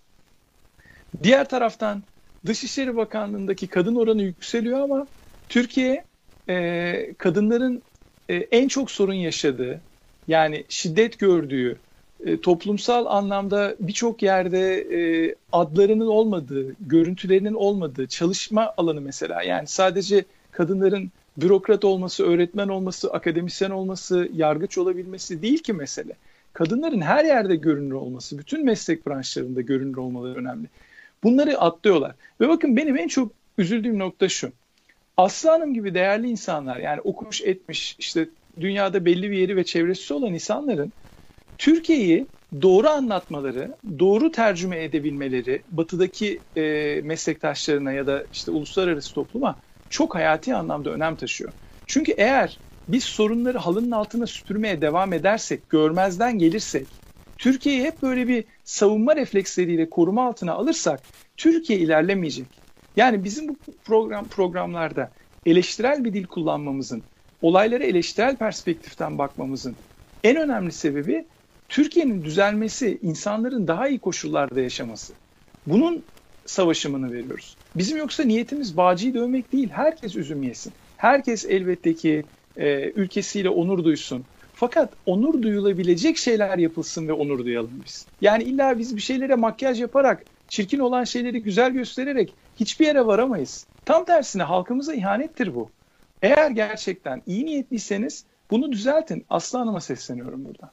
Speaker 2: Diğer taraftan Dışişleri Bakanlığı'ndaki kadın oranı yükseliyor ama Türkiye kadınların en çok sorun yaşadığı yani şiddet gördüğü toplumsal anlamda birçok yerde adlarının olmadığı, görüntülerinin olmadığı çalışma alanı mesela yani sadece kadınların bürokrat olması, öğretmen olması, akademisyen olması, yargıç olabilmesi değil ki mesele. Kadınların her yerde görünür olması, bütün meslek branşlarında görünür olmaları önemli. Bunları atlıyorlar. Ve bakın benim en çok üzüldüğüm nokta şu. Aslı Hanım gibi değerli insanlar yani okumuş etmiş işte dünyada belli bir yeri ve çevresi olan insanların Türkiye'yi doğru anlatmaları, doğru tercüme edebilmeleri batıdaki meslektaşlarına ya da işte uluslararası topluma çok hayati anlamda önem taşıyor. Çünkü eğer biz sorunları halının altına süpürmeye devam edersek, görmezden gelirsek, Türkiye'yi hep böyle bir savunma refleksleriyle koruma altına alırsak Türkiye ilerlemeyecek. Yani bizim bu programlarda eleştirel bir dil kullanmamızın, olaylara eleştirel perspektiften bakmamızın en önemli sebebi Türkiye'nin düzelmesi, insanların daha iyi koşullarda yaşaması. Bunun savaşımını veriyoruz. Bizim yoksa niyetimiz Bağcı'yı dövmek değil. Herkes üzüm yesin. Herkes elbette ki ülkesiyle onur duysun. Fakat onur duyulabilecek şeyler yapılsın ve onur duyalım biz. Yani illa biz bir şeylere makyaj yaparak, çirkin olan şeyleri güzel göstererek hiçbir yere varamayız. Tam tersine halkımıza ihanettir bu. Eğer gerçekten iyi niyetliyseniz bunu düzeltin. Aslı Hanım'a sesleniyorum burada.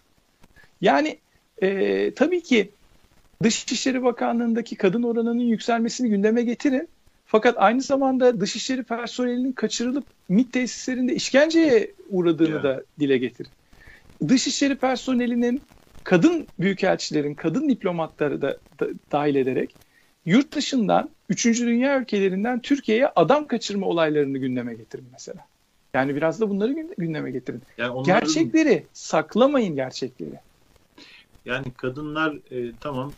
Speaker 2: Yani tabii ki Dışişleri Bakanlığı'ndaki kadın oranının yükselmesini gündeme getirin. Fakat aynı zamanda Dışişleri personelinin kaçırılıp MİT tesislerinde işkenceye uğradığını da dile getirin. Dışişleri personelinin kadın büyükelçilerin, kadın diplomatları da dahil ederek yurt dışından, 3. dünya ülkelerinden Türkiye'ye adam kaçırma olaylarını gündeme getirin mesela. Yani biraz da bunları gündeme getirin. Yani onların... Gerçekleri saklamayın, gerçekleri.
Speaker 1: Yani kadınlar tamam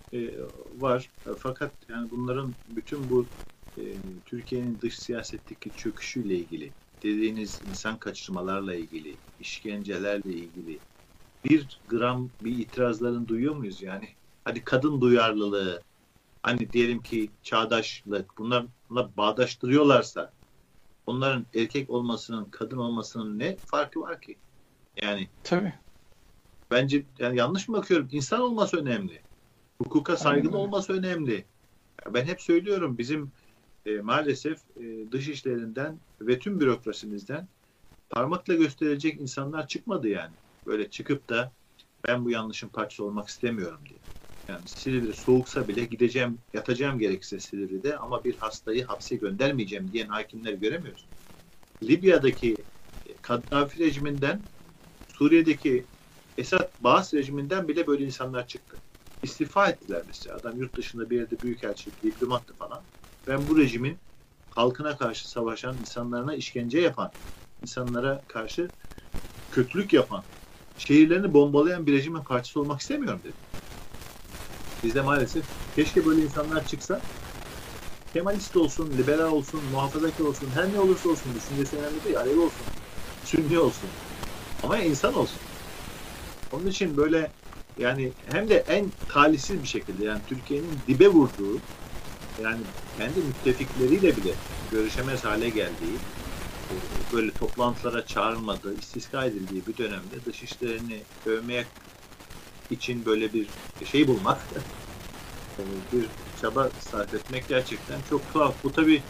Speaker 1: var fakat yani bunların bütün bu Türkiye'nin dış siyasetteki çöküşüyle ilgili, dediğiniz insan kaçırmalarla ilgili, işkencelerle ilgili bir gram bir itirazlarını duyuyor muyuz yani? Hadi kadın duyarlılığı, hani diyelim ki çağdaşlık, bunlarla bağdaştırıyorlarsa onların erkek olmasının, kadın olmasının ne farkı var ki? Yani
Speaker 2: tabii.
Speaker 1: Bence yani yanlış mı bakıyorum? İnsan olması önemli. Hukuka saygılı olması önemli. Ben hep söylüyorum bizim maalesef dış işlerinden ve tüm bürokrasimizden parmakla gösterilecek insanlar çıkmadı yani. Böyle çıkıp da ben bu yanlışın parçası olmak istemiyorum diye. Yani Silivri soğuksa bile gideceğim, yatacağım gerekirse Silivri'de ama bir hastayı hapse göndermeyeceğim diyen hakimler göremiyoruz. Libya'daki Kaddafi rejiminden, Suriye'deki Esad-Baas rejiminden bile böyle insanlar çıktı. İstifa ettiler mesela. Adam yurt dışında bir yerde büyükelçi, diplomattı falan. Ben bu rejimin halkına karşı savaşan, insanlarına işkence yapan, insanlara karşı kötülük yapan, şehirlerini bombalayan bir rejimin parçası olmak istemiyorum dedi. Bizde maalesef keşke böyle insanlar çıksa, Kemalist olsun, liberal olsun, muhafazakar olsun, her ne olursa olsun, düşüncesi önemli değil, Alevi olsun, Sünni olsun. Ama insan olsun. Onun için böyle yani hem de en talihsiz bir şekilde yani Türkiye'nin dibe vurduğu yani kendi müttefikleriyle bile görüşemez hale geldiği, böyle toplantılara çağrılmadığı, istisna edildiği bir dönemde dışişlerini övmeye için böyle bir şey bulmak, bir çaba sarf etmek gerçekten çok tuhaf. Bu tabii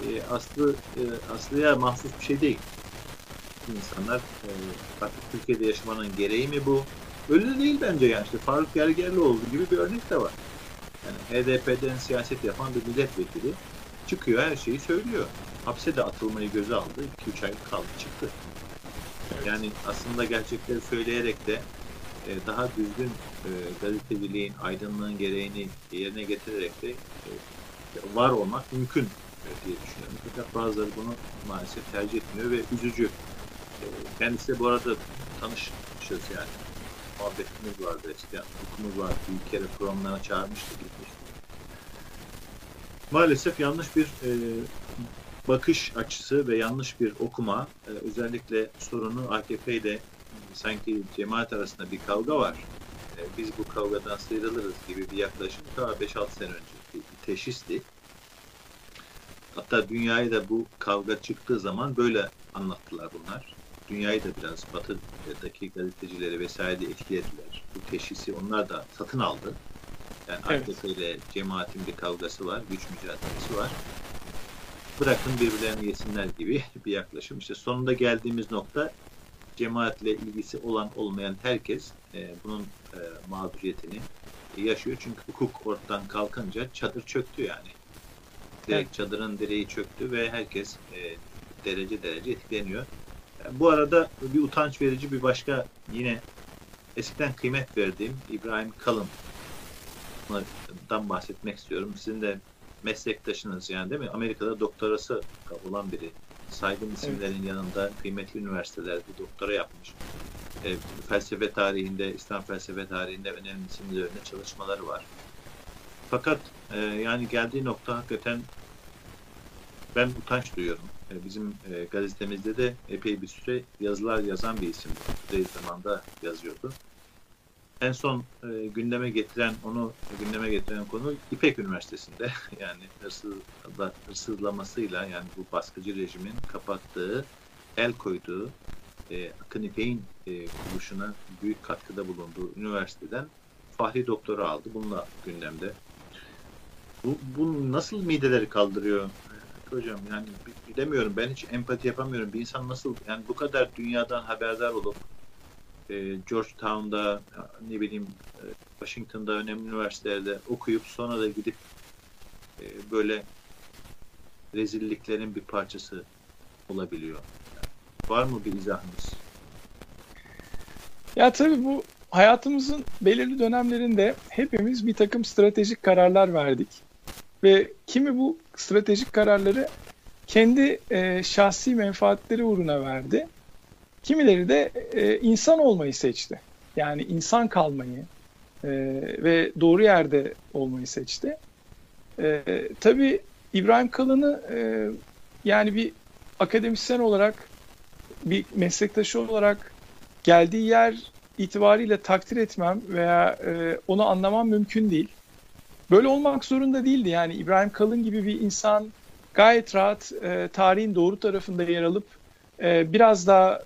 Speaker 1: Aslı'ya mahsus bir şey değil. İnsanlar artık Türkiye'de yaşamanın gereği mi bu? Öyle de değil bence yani. İşte Faruk Gergerlioğlu gibi bir örnek de var. Yani HDP'den siyaset yapan bir milletvekili çıkıyor, her şeyi söylüyor. Hapse de atılmayı göze aldı. 2-3 ay kaldı, çıktı. Yani aslında gerçekleri söyleyerek de daha düzgün gazeteciliğin, aydınlığın gereğini yerine getirerek de var olmak mümkün diye düşünüyorum. Fakat bazıları bunu maalesef tercih etmiyor ve üzücü. Kendisi bu arada tanışmışız yani. Muhabbetimiz vardı eskiden. Hukukumuz vardı. Bir kere programlarına çağırmıştı. Gitmişti. Maalesef yanlış bir bakış açısı ve yanlış bir okuma. Özellikle sorunu AKP ile sanki cemaat arasında bir kavga var. Biz bu kavgadan sıyrılırız gibi bir yaklaşım daha 5-6 sene önce bir teşhisti. Hatta dünyayı da bu kavga çıktığı zaman böyle anlattılar bunlar. Dünyayı da biraz batıdaki gazetecileri vesaire de etkilediler. Bu teşhisi onlar da satın aldı. Yani evet. AKP ile cemaatin bir kavgası var, güç mücadelesi var. Bırakın birbirlerini yesinler gibi bir yaklaşım. İşte sonunda geldiğimiz nokta cemaatle ilgisi olan olmayan herkes bunun mağduriyetini yaşıyor. Çünkü hukuk ortadan kalkınca çadır çöktü yani. Direkt evet. Çadırın direği çöktü ve herkes derece etkileniyor. Yani bu arada bir utanç verici bir başka yine eskiden kıymet verdiğim İbrahim Kalın'dan bahsetmek istiyorum. Sizin de meslektaşınız yani değil mi? Amerika'da doktorası olan biri. saygın isimlerin yanında kıymetli üniversitelerde doktora yapmış. Felsefe tarihinde, İslam felsefe tarihinde önemli isimler üzerine çalışmaları var. Fakat yani geldiği nokta hakikaten ben utanç duyuyorum. Bizim gazetemizde de epey bir süre yazılar yazan bir isimdi. Kuzey zamanda yazıyordu. En son gündeme getiren konu İpek Üniversitesi'nde yani hırsızlamasıyla yani bu baskıcı rejimin kapattığı, el koyduğu Akın İpek'in kuruluşuna büyük katkıda bulunduğu üniversiteden Fahri Doktora aldı. Bununla gündemde. Bu nasıl mideleri kaldırıyor hocam? Yani bilemiyorum. Ben hiç empati yapamıyorum. Bir insan nasıl yani bu kadar dünyadan haberdar olup Georgetown'da ne bileyim Washington'da önemli üniversitelerde okuyup sonra da gidip böyle rezilliklerin bir parçası olabiliyor. Yani var mı bir izahınız?
Speaker 2: Ya tabii bu hayatımızın belirli dönemlerinde hepimiz bir takım stratejik kararlar verdik. Ve kimi bu stratejik kararları kendi şahsi menfaatleri uğruna verdi. Kimileri de insan olmayı seçti. Yani insan kalmayı ve doğru yerde olmayı seçti. Tabii İbrahim Kalın'ı yani bir akademisyen olarak, bir meslektaşı olarak geldiği yer itibariyle takdir etmem veya onu anlamam mümkün değil. Böyle olmak zorunda değildi. Yani İbrahim Kalın gibi bir insan gayet rahat tarihin doğru tarafında yer alıp biraz daha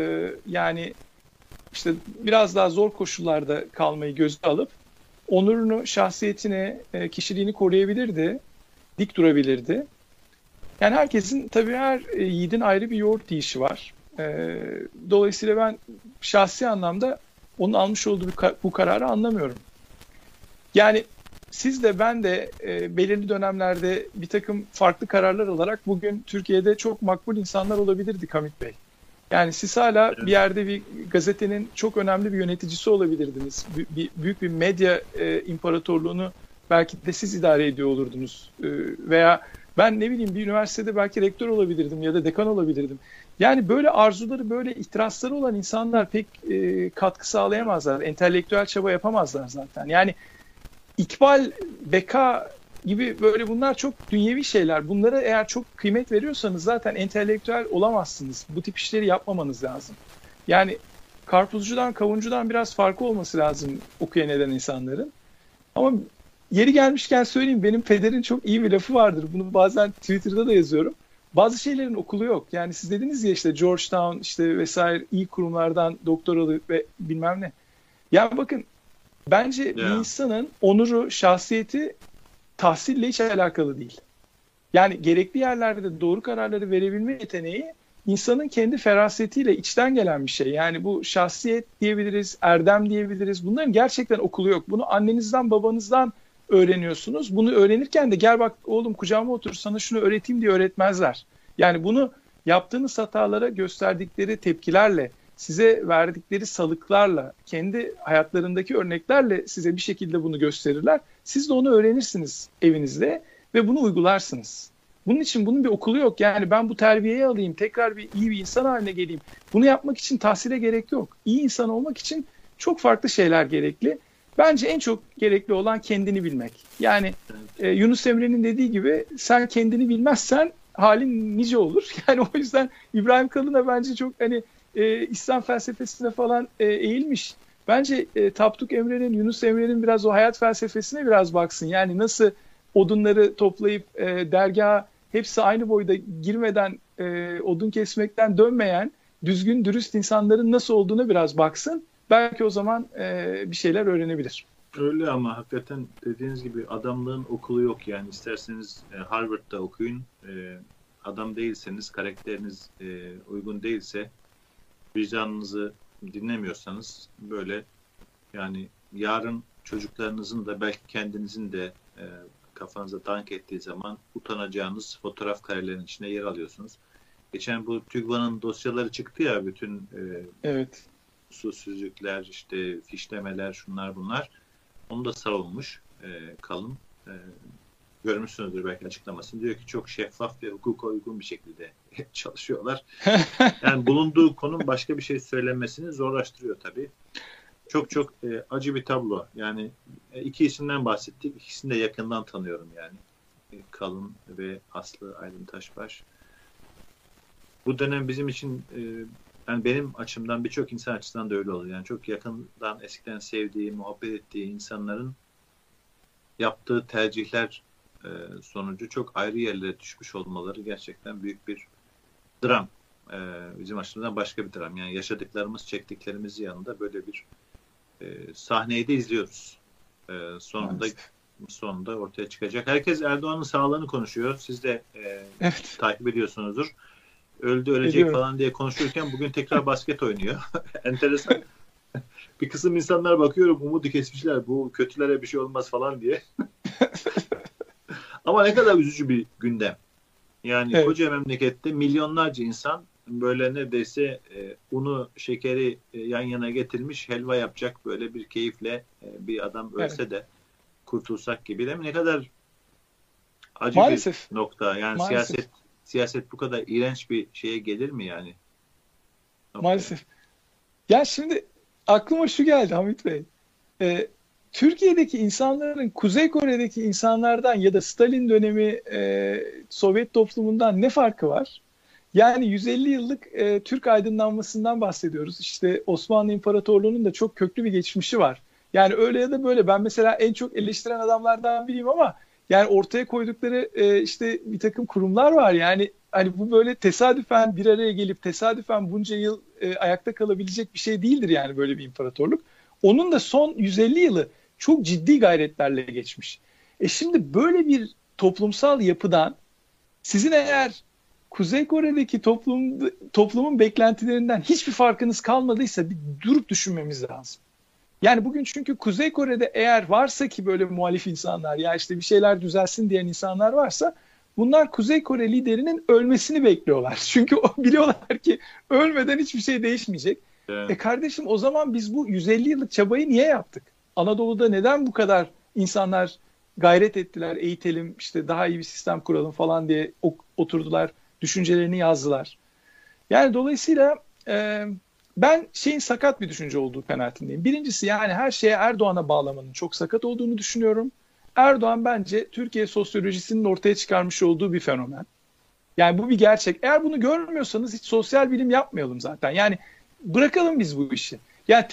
Speaker 2: yani işte biraz daha zor koşullarda kalmayı göze alıp onurunu, şahsiyetini, kişiliğini koruyabilirdi, dik durabilirdi. Yani herkesin tabii her yiğidin ayrı bir yoğurt yiyişi var. Dolayısıyla ben şahsi anlamda onun almış olduğu bu kararı anlamıyorum. Yani siz de ben de belirli dönemlerde bir takım farklı kararlar alarak bugün Türkiye'de çok makbul insanlar olabilirdik Hamit Bey. Yani siz hala bir yerde bir gazetenin çok önemli bir yöneticisi olabilirdiniz. Büyük bir medya imparatorluğunu belki de siz idare ediyor olurdunuz. Veya ben ne bileyim bir üniversitede belki rektör olabilirdim ya da dekan olabilirdim. Yani böyle arzuları, böyle ihtirasları olan insanlar pek katkı sağlayamazlar. Entelektüel çaba yapamazlar zaten. Yani İkbal, beka gibi böyle bunlar çok dünyevi şeyler. Bunlara eğer çok kıymet veriyorsanız zaten entelektüel olamazsınız. Bu tip işleri yapmamanız lazım. Yani karpuzcudan, kavuncudan biraz farkı olması lazım okuyan eden insanların. Ama yeri gelmişken söyleyeyim, benim pederin çok iyi bir lafı vardır. Bunu bazen Twitter'da da yazıyorum. Bazı şeylerin okulu yok. Yani siz dediniz ya işte Georgetown işte vesaire iyi kurumlardan doktoralı ve bilmem ne. Yani bakın bence bir insanın onuru, şahsiyeti tahsille hiç alakalı değil. Yani gerekli yerlerde doğru kararları verebilme yeteneği insanın kendi ferasetiyle içten gelen bir şey. Yani bu şahsiyet diyebiliriz, erdem diyebiliriz. Bunların gerçekten okulu yok. Bunu annenizden, babanızdan öğreniyorsunuz. Bunu öğrenirken de gel bak oğlum kucağıma otur sana şunu öğreteyim diye öğretmezler. Yani bunu yaptığınız hatalara gösterdikleri tepkilerle, size verdikleri salıklarla, kendi hayatlarındaki örneklerle size bir şekilde bunu gösterirler. Siz de onu öğrenirsiniz evinizde ve bunu uygularsınız. Bunun için bunun bir okulu yok. Yani ben bu terbiyeyi alayım, tekrar iyi bir insan haline geleyim. Bunu yapmak için tahsile gerek yok. İyi insan olmak için çok farklı şeyler gerekli. Bence en çok gerekli olan kendini bilmek. Yani Yunus Emre'nin dediği gibi sen kendini bilmezsen halin nice olur. Yani o yüzden İbrahim Kalın'a bence çok hani İslam felsefesine falan eğilmiş. Bence Tapduk Emre'nin, Yunus Emre'nin biraz o hayat felsefesine biraz baksın. Yani nasıl odunları toplayıp dergaha hepsi aynı boyda girmeden odun kesmekten dönmeyen düzgün, dürüst insanların nasıl olduğuna biraz baksın. Belki o zaman bir şeyler öğrenebilir.
Speaker 1: Öyle ama hakikaten dediğiniz gibi adamlığın okulu yok. Yani isterseniz Harvard'da okuyun. Adam değilseniz, karakteriniz uygun değilse, vicdanınızı dinlemiyorsanız böyle yani yarın çocuklarınızın da belki kendinizin de kafanıza dank ettiği zaman utanacağınız fotoğraf karelerinin içine yer alıyorsunuz. Geçen bu TÜGVA'nın dosyaları çıktı ya bütün
Speaker 2: evet.
Speaker 1: usulsüzlükler, işte fişlemeler, şunlar bunlar. Onu da savunmuş Kalın. görmüşsünüzdür belki açıklamasını. Diyor ki çok şeffaf ve hukuka uygun bir şekilde çalışıyorlar. Yani bulunduğu konum başka bir şey söylemesini zorlaştırıyor tabii. Çok çok acı bir tablo. Yani iki isimden bahsettik. İkisini de yakından tanıyorum yani. Kalın ve Aslı Aydın Taşbaş. Bu dönem bizim için yani benim açımdan birçok insan açısından da öyle oldu. Yani çok yakından eskiden sevdiği, muhabbet ettiği insanların yaptığı tercihler sonucu çok ayrı yerlere düşmüş olmaları gerçekten büyük bir dram. Bizim açımızdan başka bir dram. Yani yaşadıklarımız, çektiklerimiz yanında böyle bir sahneyi de izliyoruz. Sonunda ortaya çıkacak. Herkes Erdoğan'ın sağlığını konuşuyor. Siz de
Speaker 2: Evet.
Speaker 1: takip ediyorsunuzdur. Öldü, ölecek
Speaker 2: Ediyorum
Speaker 1: falan diye konuşurken bugün tekrar basket oynuyor. Enteresan. Bir kısım insanlar bakıyorum umudu kesmişler. Bu kötülere bir şey olmaz falan diye. Ama ne kadar üzücü bir gündem. Yani
Speaker 2: Evet.
Speaker 1: koca memlekette milyonlarca insan böyle neredeyse unu, şekeri yan yana getirmiş helva yapacak böyle bir keyifle bir adam ölse de kurtulsak gibi değil mi? Ne kadar acı
Speaker 2: Maalesef.
Speaker 1: bir nokta. Yani
Speaker 2: Maalesef.
Speaker 1: siyaset bu kadar iğrenç bir şeye gelir mi yani?
Speaker 2: Maalesef. Ya şimdi aklıma şu geldi Hamit Bey. Türkiye'deki insanların Kuzey Kore'deki insanlardan ya da Stalin dönemi Sovyet toplumundan ne farkı var? Yani 150 yıllık Türk aydınlanmasından bahsediyoruz. İşte Osmanlı İmparatorluğu'nun da çok köklü bir geçmişi var. Yani öyle ya da böyle ben mesela en çok eleştiren adamlardan biriyim ama yani ortaya koydukları işte bir takım kurumlar var. Yani hani bu böyle tesadüfen bir araya gelip tesadüfen bunca yıl ayakta kalabilecek bir şey değildir yani böyle bir imparatorluk. Onun da son 150 yılı çok ciddi gayretlerle geçmiş. Şimdi böyle bir toplumsal yapıdan sizin eğer Kuzey Kore'deki toplumun beklentilerinden hiçbir farkınız kalmadıysa bir durup düşünmemiz lazım. Yani bugün çünkü Kuzey Kore'de eğer varsa ki böyle muhalif insanlar ya işte bir şeyler düzelsin diyen insanlar varsa bunlar Kuzey Kore liderinin ölmesini bekliyorlar. Çünkü biliyorlar ki ölmeden hiçbir şey değişmeyecek.
Speaker 1: Evet.
Speaker 2: Kardeşim o zaman biz bu 150 yıllık çabayı niye yaptık? Anadolu'da neden bu kadar insanlar gayret ettiler, eğitelim, işte daha iyi bir sistem kuralım falan diye oturdular, düşüncelerini yazdılar. Yani dolayısıyla ben şeyin sakat bir düşünce olduğu kanaatindeyim. Birincisi yani her şeye Erdoğan'a bağlamanın çok sakat olduğunu düşünüyorum. Erdoğan bence Türkiye sosyolojisinin ortaya çıkarmış olduğu bir fenomen. Yani bu bir gerçek. Eğer bunu görmüyorsanız hiç sosyal bilim yapmayalım zaten. Yani bırakalım biz bu işi. Yani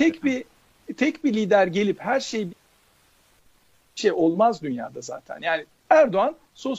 Speaker 2: tek bir lider gelip her şey bir şey olmaz dünyada zaten. Yani Erdoğan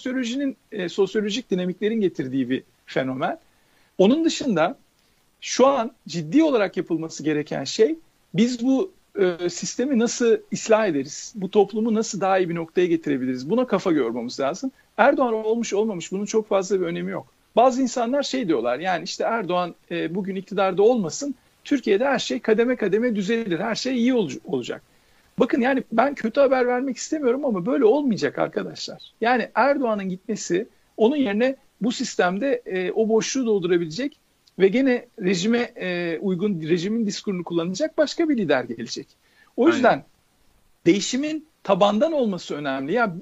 Speaker 2: sosyolojik dinamiklerin getirdiği bir fenomen. Onun dışında şu an ciddi olarak yapılması gereken şey biz bu sistemi nasıl ıslah ederiz? Bu toplumu nasıl daha iyi bir noktaya getirebiliriz? Buna kafa yormamız lazım. Erdoğan olmuş olmamış bunun çok fazla bir önemi yok. Bazı insanlar şey diyorlar yani işte Erdoğan bugün iktidarda olmasın Türkiye'de her şey kademe kademe düzelir. Her şey iyi olacak. Bakın yani ben kötü haber vermek istemiyorum ama böyle olmayacak arkadaşlar. Yani Erdoğan'ın gitmesi onun yerine bu sistemde o boşluğu doldurabilecek ve gene rejime uygun rejimin diskurunu kullanacak başka bir lider gelecek. O yüzden Aynen. Değişimin tabandan olması önemli. Ya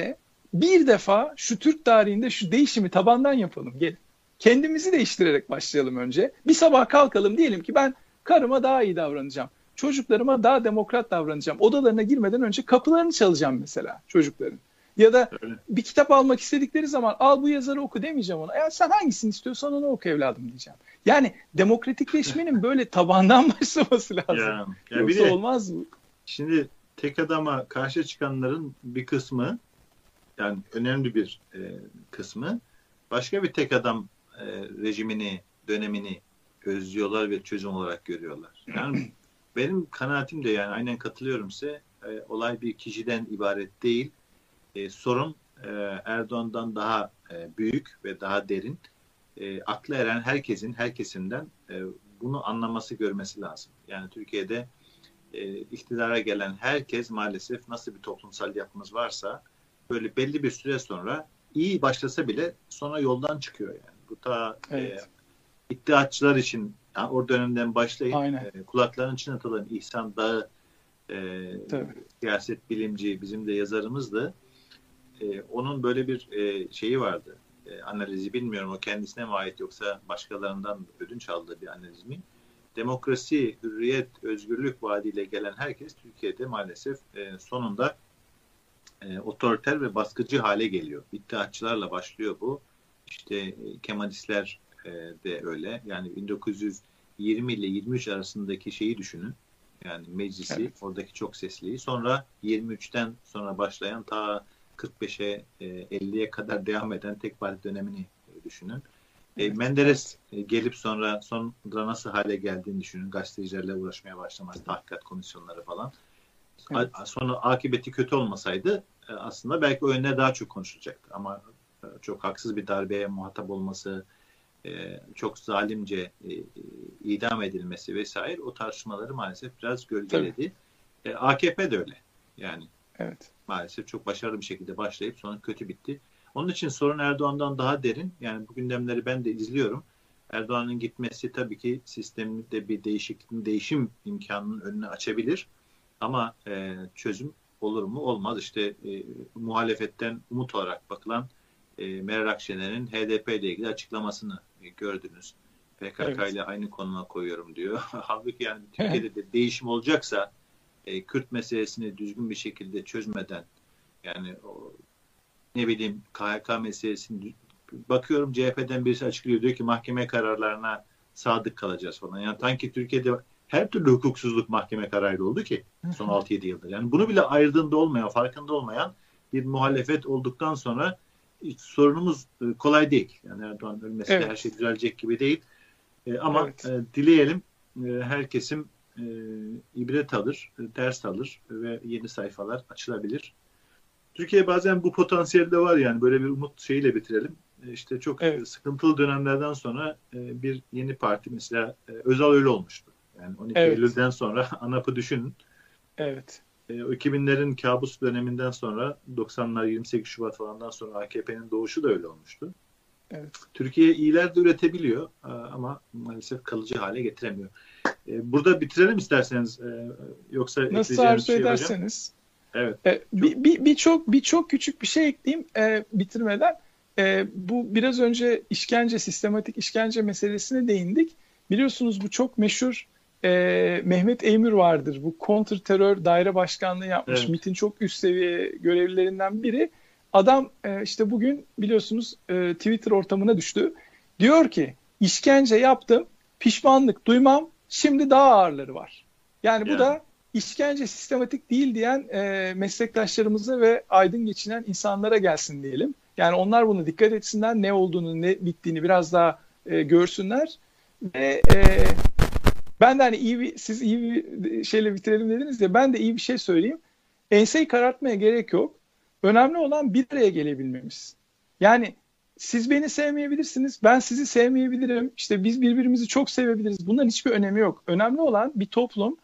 Speaker 2: bir defa şu Türk tarihinde şu değişimi tabandan yapalım. Gelin. Kendimizi değiştirerek başlayalım önce. Bir sabah kalkalım diyelim ki ben karıma daha iyi davranacağım. Çocuklarıma daha demokrat davranacağım. Odalarına girmeden önce kapılarını çalacağım mesela çocukların. Ya da bir kitap almak istedikleri zaman al bu yazarı oku demeyeceğim ona. Ya sen hangisini istiyorsan onu oku evladım diyeceğim. Yani demokratikleşmenin böyle tabandan başlaması lazım. Yoksa olmaz mı?
Speaker 1: Şimdi tek adama karşı çıkanların bir kısmı yani önemli bir kısmı başka bir tek adam rejimini, dönemini özlüyorlar ve çözüm olarak görüyorlar. Yani benim kanaatim de yani aynen katılıyorum size. Olay bir kişiden ibaret değil. Sorun Erdoğan'dan daha büyük ve daha derin. Aklı eren her kesimden bunu anlaması, görmesi lazım. Yani Türkiye'de iktidara gelen herkes maalesef nasıl bir toplumsal yapımız varsa böyle belli bir süre sonra iyi başlasa bile sonra yoldan çıkıyor yani. Bu iddiatçılar için yani o dönemden başlayıp kulaklarının içine atılan İhsan Dağı siyaset bilimci bizim de yazarımızdı. onun böyle bir şeyi vardı. Analizi bilmiyorum o kendisine mi ait yoksa başkalarından ödünç aldığı bir analiz mi? Demokrasi, hürriyet, özgürlük vaadiyle gelen herkes Türkiye'de maalesef sonunda otoriter ve baskıcı hale geliyor. İttihatçılarla başlıyor bu. İşte Kemalistler de öyle. Yani 1920 ile 23 arasındaki şeyi düşünün. Yani meclisi, evet. Oradaki çok sesliyi. Sonra 23'ten sonra başlayan ta 45'e 50'ye kadar devam eden tek parti dönemini düşünün. Evet. Menderes gelip sonra nasıl hale geldiğini düşünün. Gazetecilerle uğraşmaya başlamaz. Tahkikat komisyonları falan. Evet. Sonra akıbeti kötü olmasaydı aslında belki o yönde daha çok konuşulacaktı. Ama çok haksız bir darbeye muhatap olması, çok zalimce idam edilmesi vesaire o tartışmaları maalesef biraz gölgeledi. AKP de öyle. Yani evet. Maalesef çok başarılı bir şekilde başlayıp sonra kötü bitti. Onun için sorun Erdoğan'dan daha derin. Yani bu gündemleri ben de izliyorum. Erdoğan'ın gitmesi tabii ki sistemde bir değişim imkanının önünü açabilir. Ama çözüm olur mu? Olmaz. İşte muhalefetten umut olarak bakılan Meral Akşener'in HDP ile ilgili açıklamasını gördünüz. PKK evet. ile aynı konuma koyuyorum diyor. Halbuki yani Türkiye'de de değişim olacaksa Kürt meselesini düzgün bir şekilde çözmeden yani ne bileyim KHK meselesini bakıyorum CHP'den birisi açıklıyor diyor ki mahkeme kararlarına sadık kalacağız falan. Yani sanki Türkiye'de her türlü hukuksuzluk mahkeme kararı oldu ki son 6-7 yıldır. Yani bunu bile ayırdığında olmayan, farkında olmayan bir muhalefet olduktan sonra sorunumuz kolay değil. Yani Erdoğan ölmesiyle evet. Her şey düzelecek gibi değil. Ama evet. Dileyelim her kesim ibret alır, ders alır ve yeni sayfalar açılabilir. Türkiye bazen bu potansiyelde var yani böyle bir umut şeyiyle bitirelim. İşte çok evet. Sıkıntılı dönemlerden sonra bir yeni parti mesela Özal öyle olmuştu. Yani 12 evet. Eylül'den sonra ANAP'ı düşünün.
Speaker 2: Evet.
Speaker 1: O 2000'lerin kabus döneminden sonra 90'lar 28 Şubat falandan sonra AKP'nin doğuşu da öyle olmuştu. Evet. Türkiye iyiler de üretebiliyor ama maalesef kalıcı hale getiremiyor. Burada bitirelim isterseniz yoksa
Speaker 2: nasıl arzu şey ederseniz.
Speaker 1: Evet.
Speaker 2: Birçok küçük bir şey ekleyeyim bitirmeden. Bu biraz önce sistematik işkence meselesine değindik. Biliyorsunuz bu çok meşhur Mehmet Eymür vardır. Bu kontrterör daire başkanlığı yapmış. Evet. MİT'in çok üst seviye görevlilerinden biri. Adam işte bugün biliyorsunuz Twitter ortamına düştü. Diyor ki işkence yaptım, pişmanlık duymam, şimdi daha ağırları var. Yani bu da işkence sistematik değil diyen meslektaşlarımıza ve aydın geçinen insanlara gelsin diyelim. Yani onlar bunu dikkat etsinler, ne olduğunu, ne bittiğini biraz daha görsünler. Ve ben de hani siz iyi bir şeyle bitirelim dediniz ya, ben de iyi bir şey söyleyeyim. Enseyi karartmaya gerek yok. Önemli olan bir araya gelebilmemiz. Yani siz beni sevmeyebilirsiniz, ben sizi sevmeyebilirim. İşte biz birbirimizi çok sevebiliriz. Bunların hiçbir önemi yok. Önemli olan bir toplum,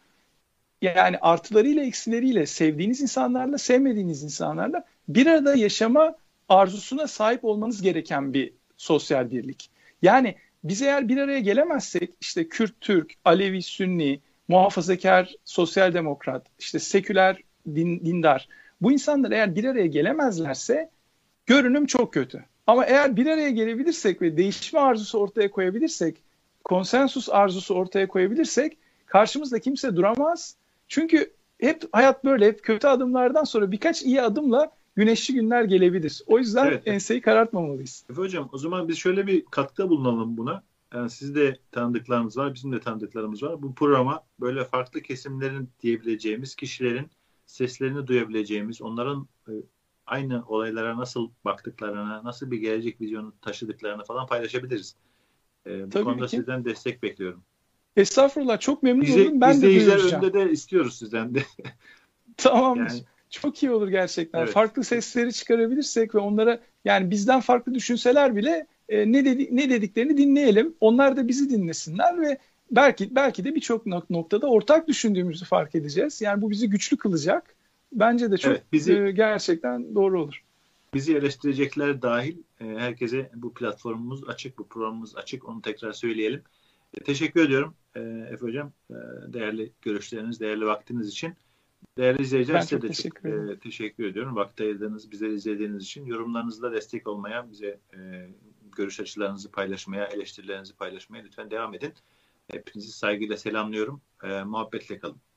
Speaker 2: yani artılarıyla eksileriyle, sevdiğiniz insanlarla, sevmediğiniz insanlarla bir arada yaşama arzusuna sahip olmanız gereken bir sosyal birlik. Yani biz eğer bir araya gelemezsek, işte Kürt, Türk, Alevi, Sünni, muhafazakar, sosyal demokrat, işte seküler, dindar, bu insanlar eğer bir araya gelemezlerse görünüm çok kötü. Ama eğer bir araya gelebilirsek ve değişme arzusu ortaya koyabilirsek, konsensus arzusu ortaya koyabilirsek karşımızda kimse duramaz. Çünkü hep hayat böyle, hep kötü adımlardan sonra birkaç iyi adımla güneşli günler gelebilir. O yüzden enseyi karartmamalıyız.
Speaker 1: Efe Hocam, o zaman biz şöyle bir katkıda bulunalım buna. Yani sizin de tanıdıklarınız var, bizim de tanıdıklarımız var. Bu programa böyle farklı kesimlerin diyebileceğimiz kişilerin seslerini duyabileceğimiz, onların aynı olaylara nasıl baktıklarına, nasıl bir gelecek vizyonu taşıdıklarını falan paylaşabiliriz. Bu konuda sizden destek bekliyorum.
Speaker 2: Estağfurullah, çok memnun oldum. Ben de
Speaker 1: İzleyiciler önünde de istiyoruz sizden de.
Speaker 2: Tamamdır. Yani, çok iyi olur gerçekten. Evet. Farklı sesleri çıkarabilirsek ve onlara, yani bizden farklı düşünseler bile ne dediklerini dinleyelim. Onlar da bizi dinlesinler ve belki de birçok noktada ortak düşündüğümüzü fark edeceğiz. Yani bu bizi güçlü kılacak. Bence de çok gerçekten doğru olur.
Speaker 1: Bizi eleştirecekler dahil herkese bu platformumuz açık, bu programımız açık. Onu tekrar söyleyelim. Teşekkür ediyorum Efe Hocam. Değerli görüşleriniz, değerli vaktiniz için. Değerli izleyiciler,
Speaker 2: Ben
Speaker 1: size
Speaker 2: çok
Speaker 1: de
Speaker 2: teşekkür ederim.
Speaker 1: teşekkür ediyorum. Vakit ayırdığınız, bize izlediğiniz için. Yorumlarınızla destek olmaya, bize görüş açılarınızı paylaşmaya, eleştirilerinizi paylaşmaya lütfen devam edin. Hepinizi saygıyla selamlıyorum. Muhabbetle kalın.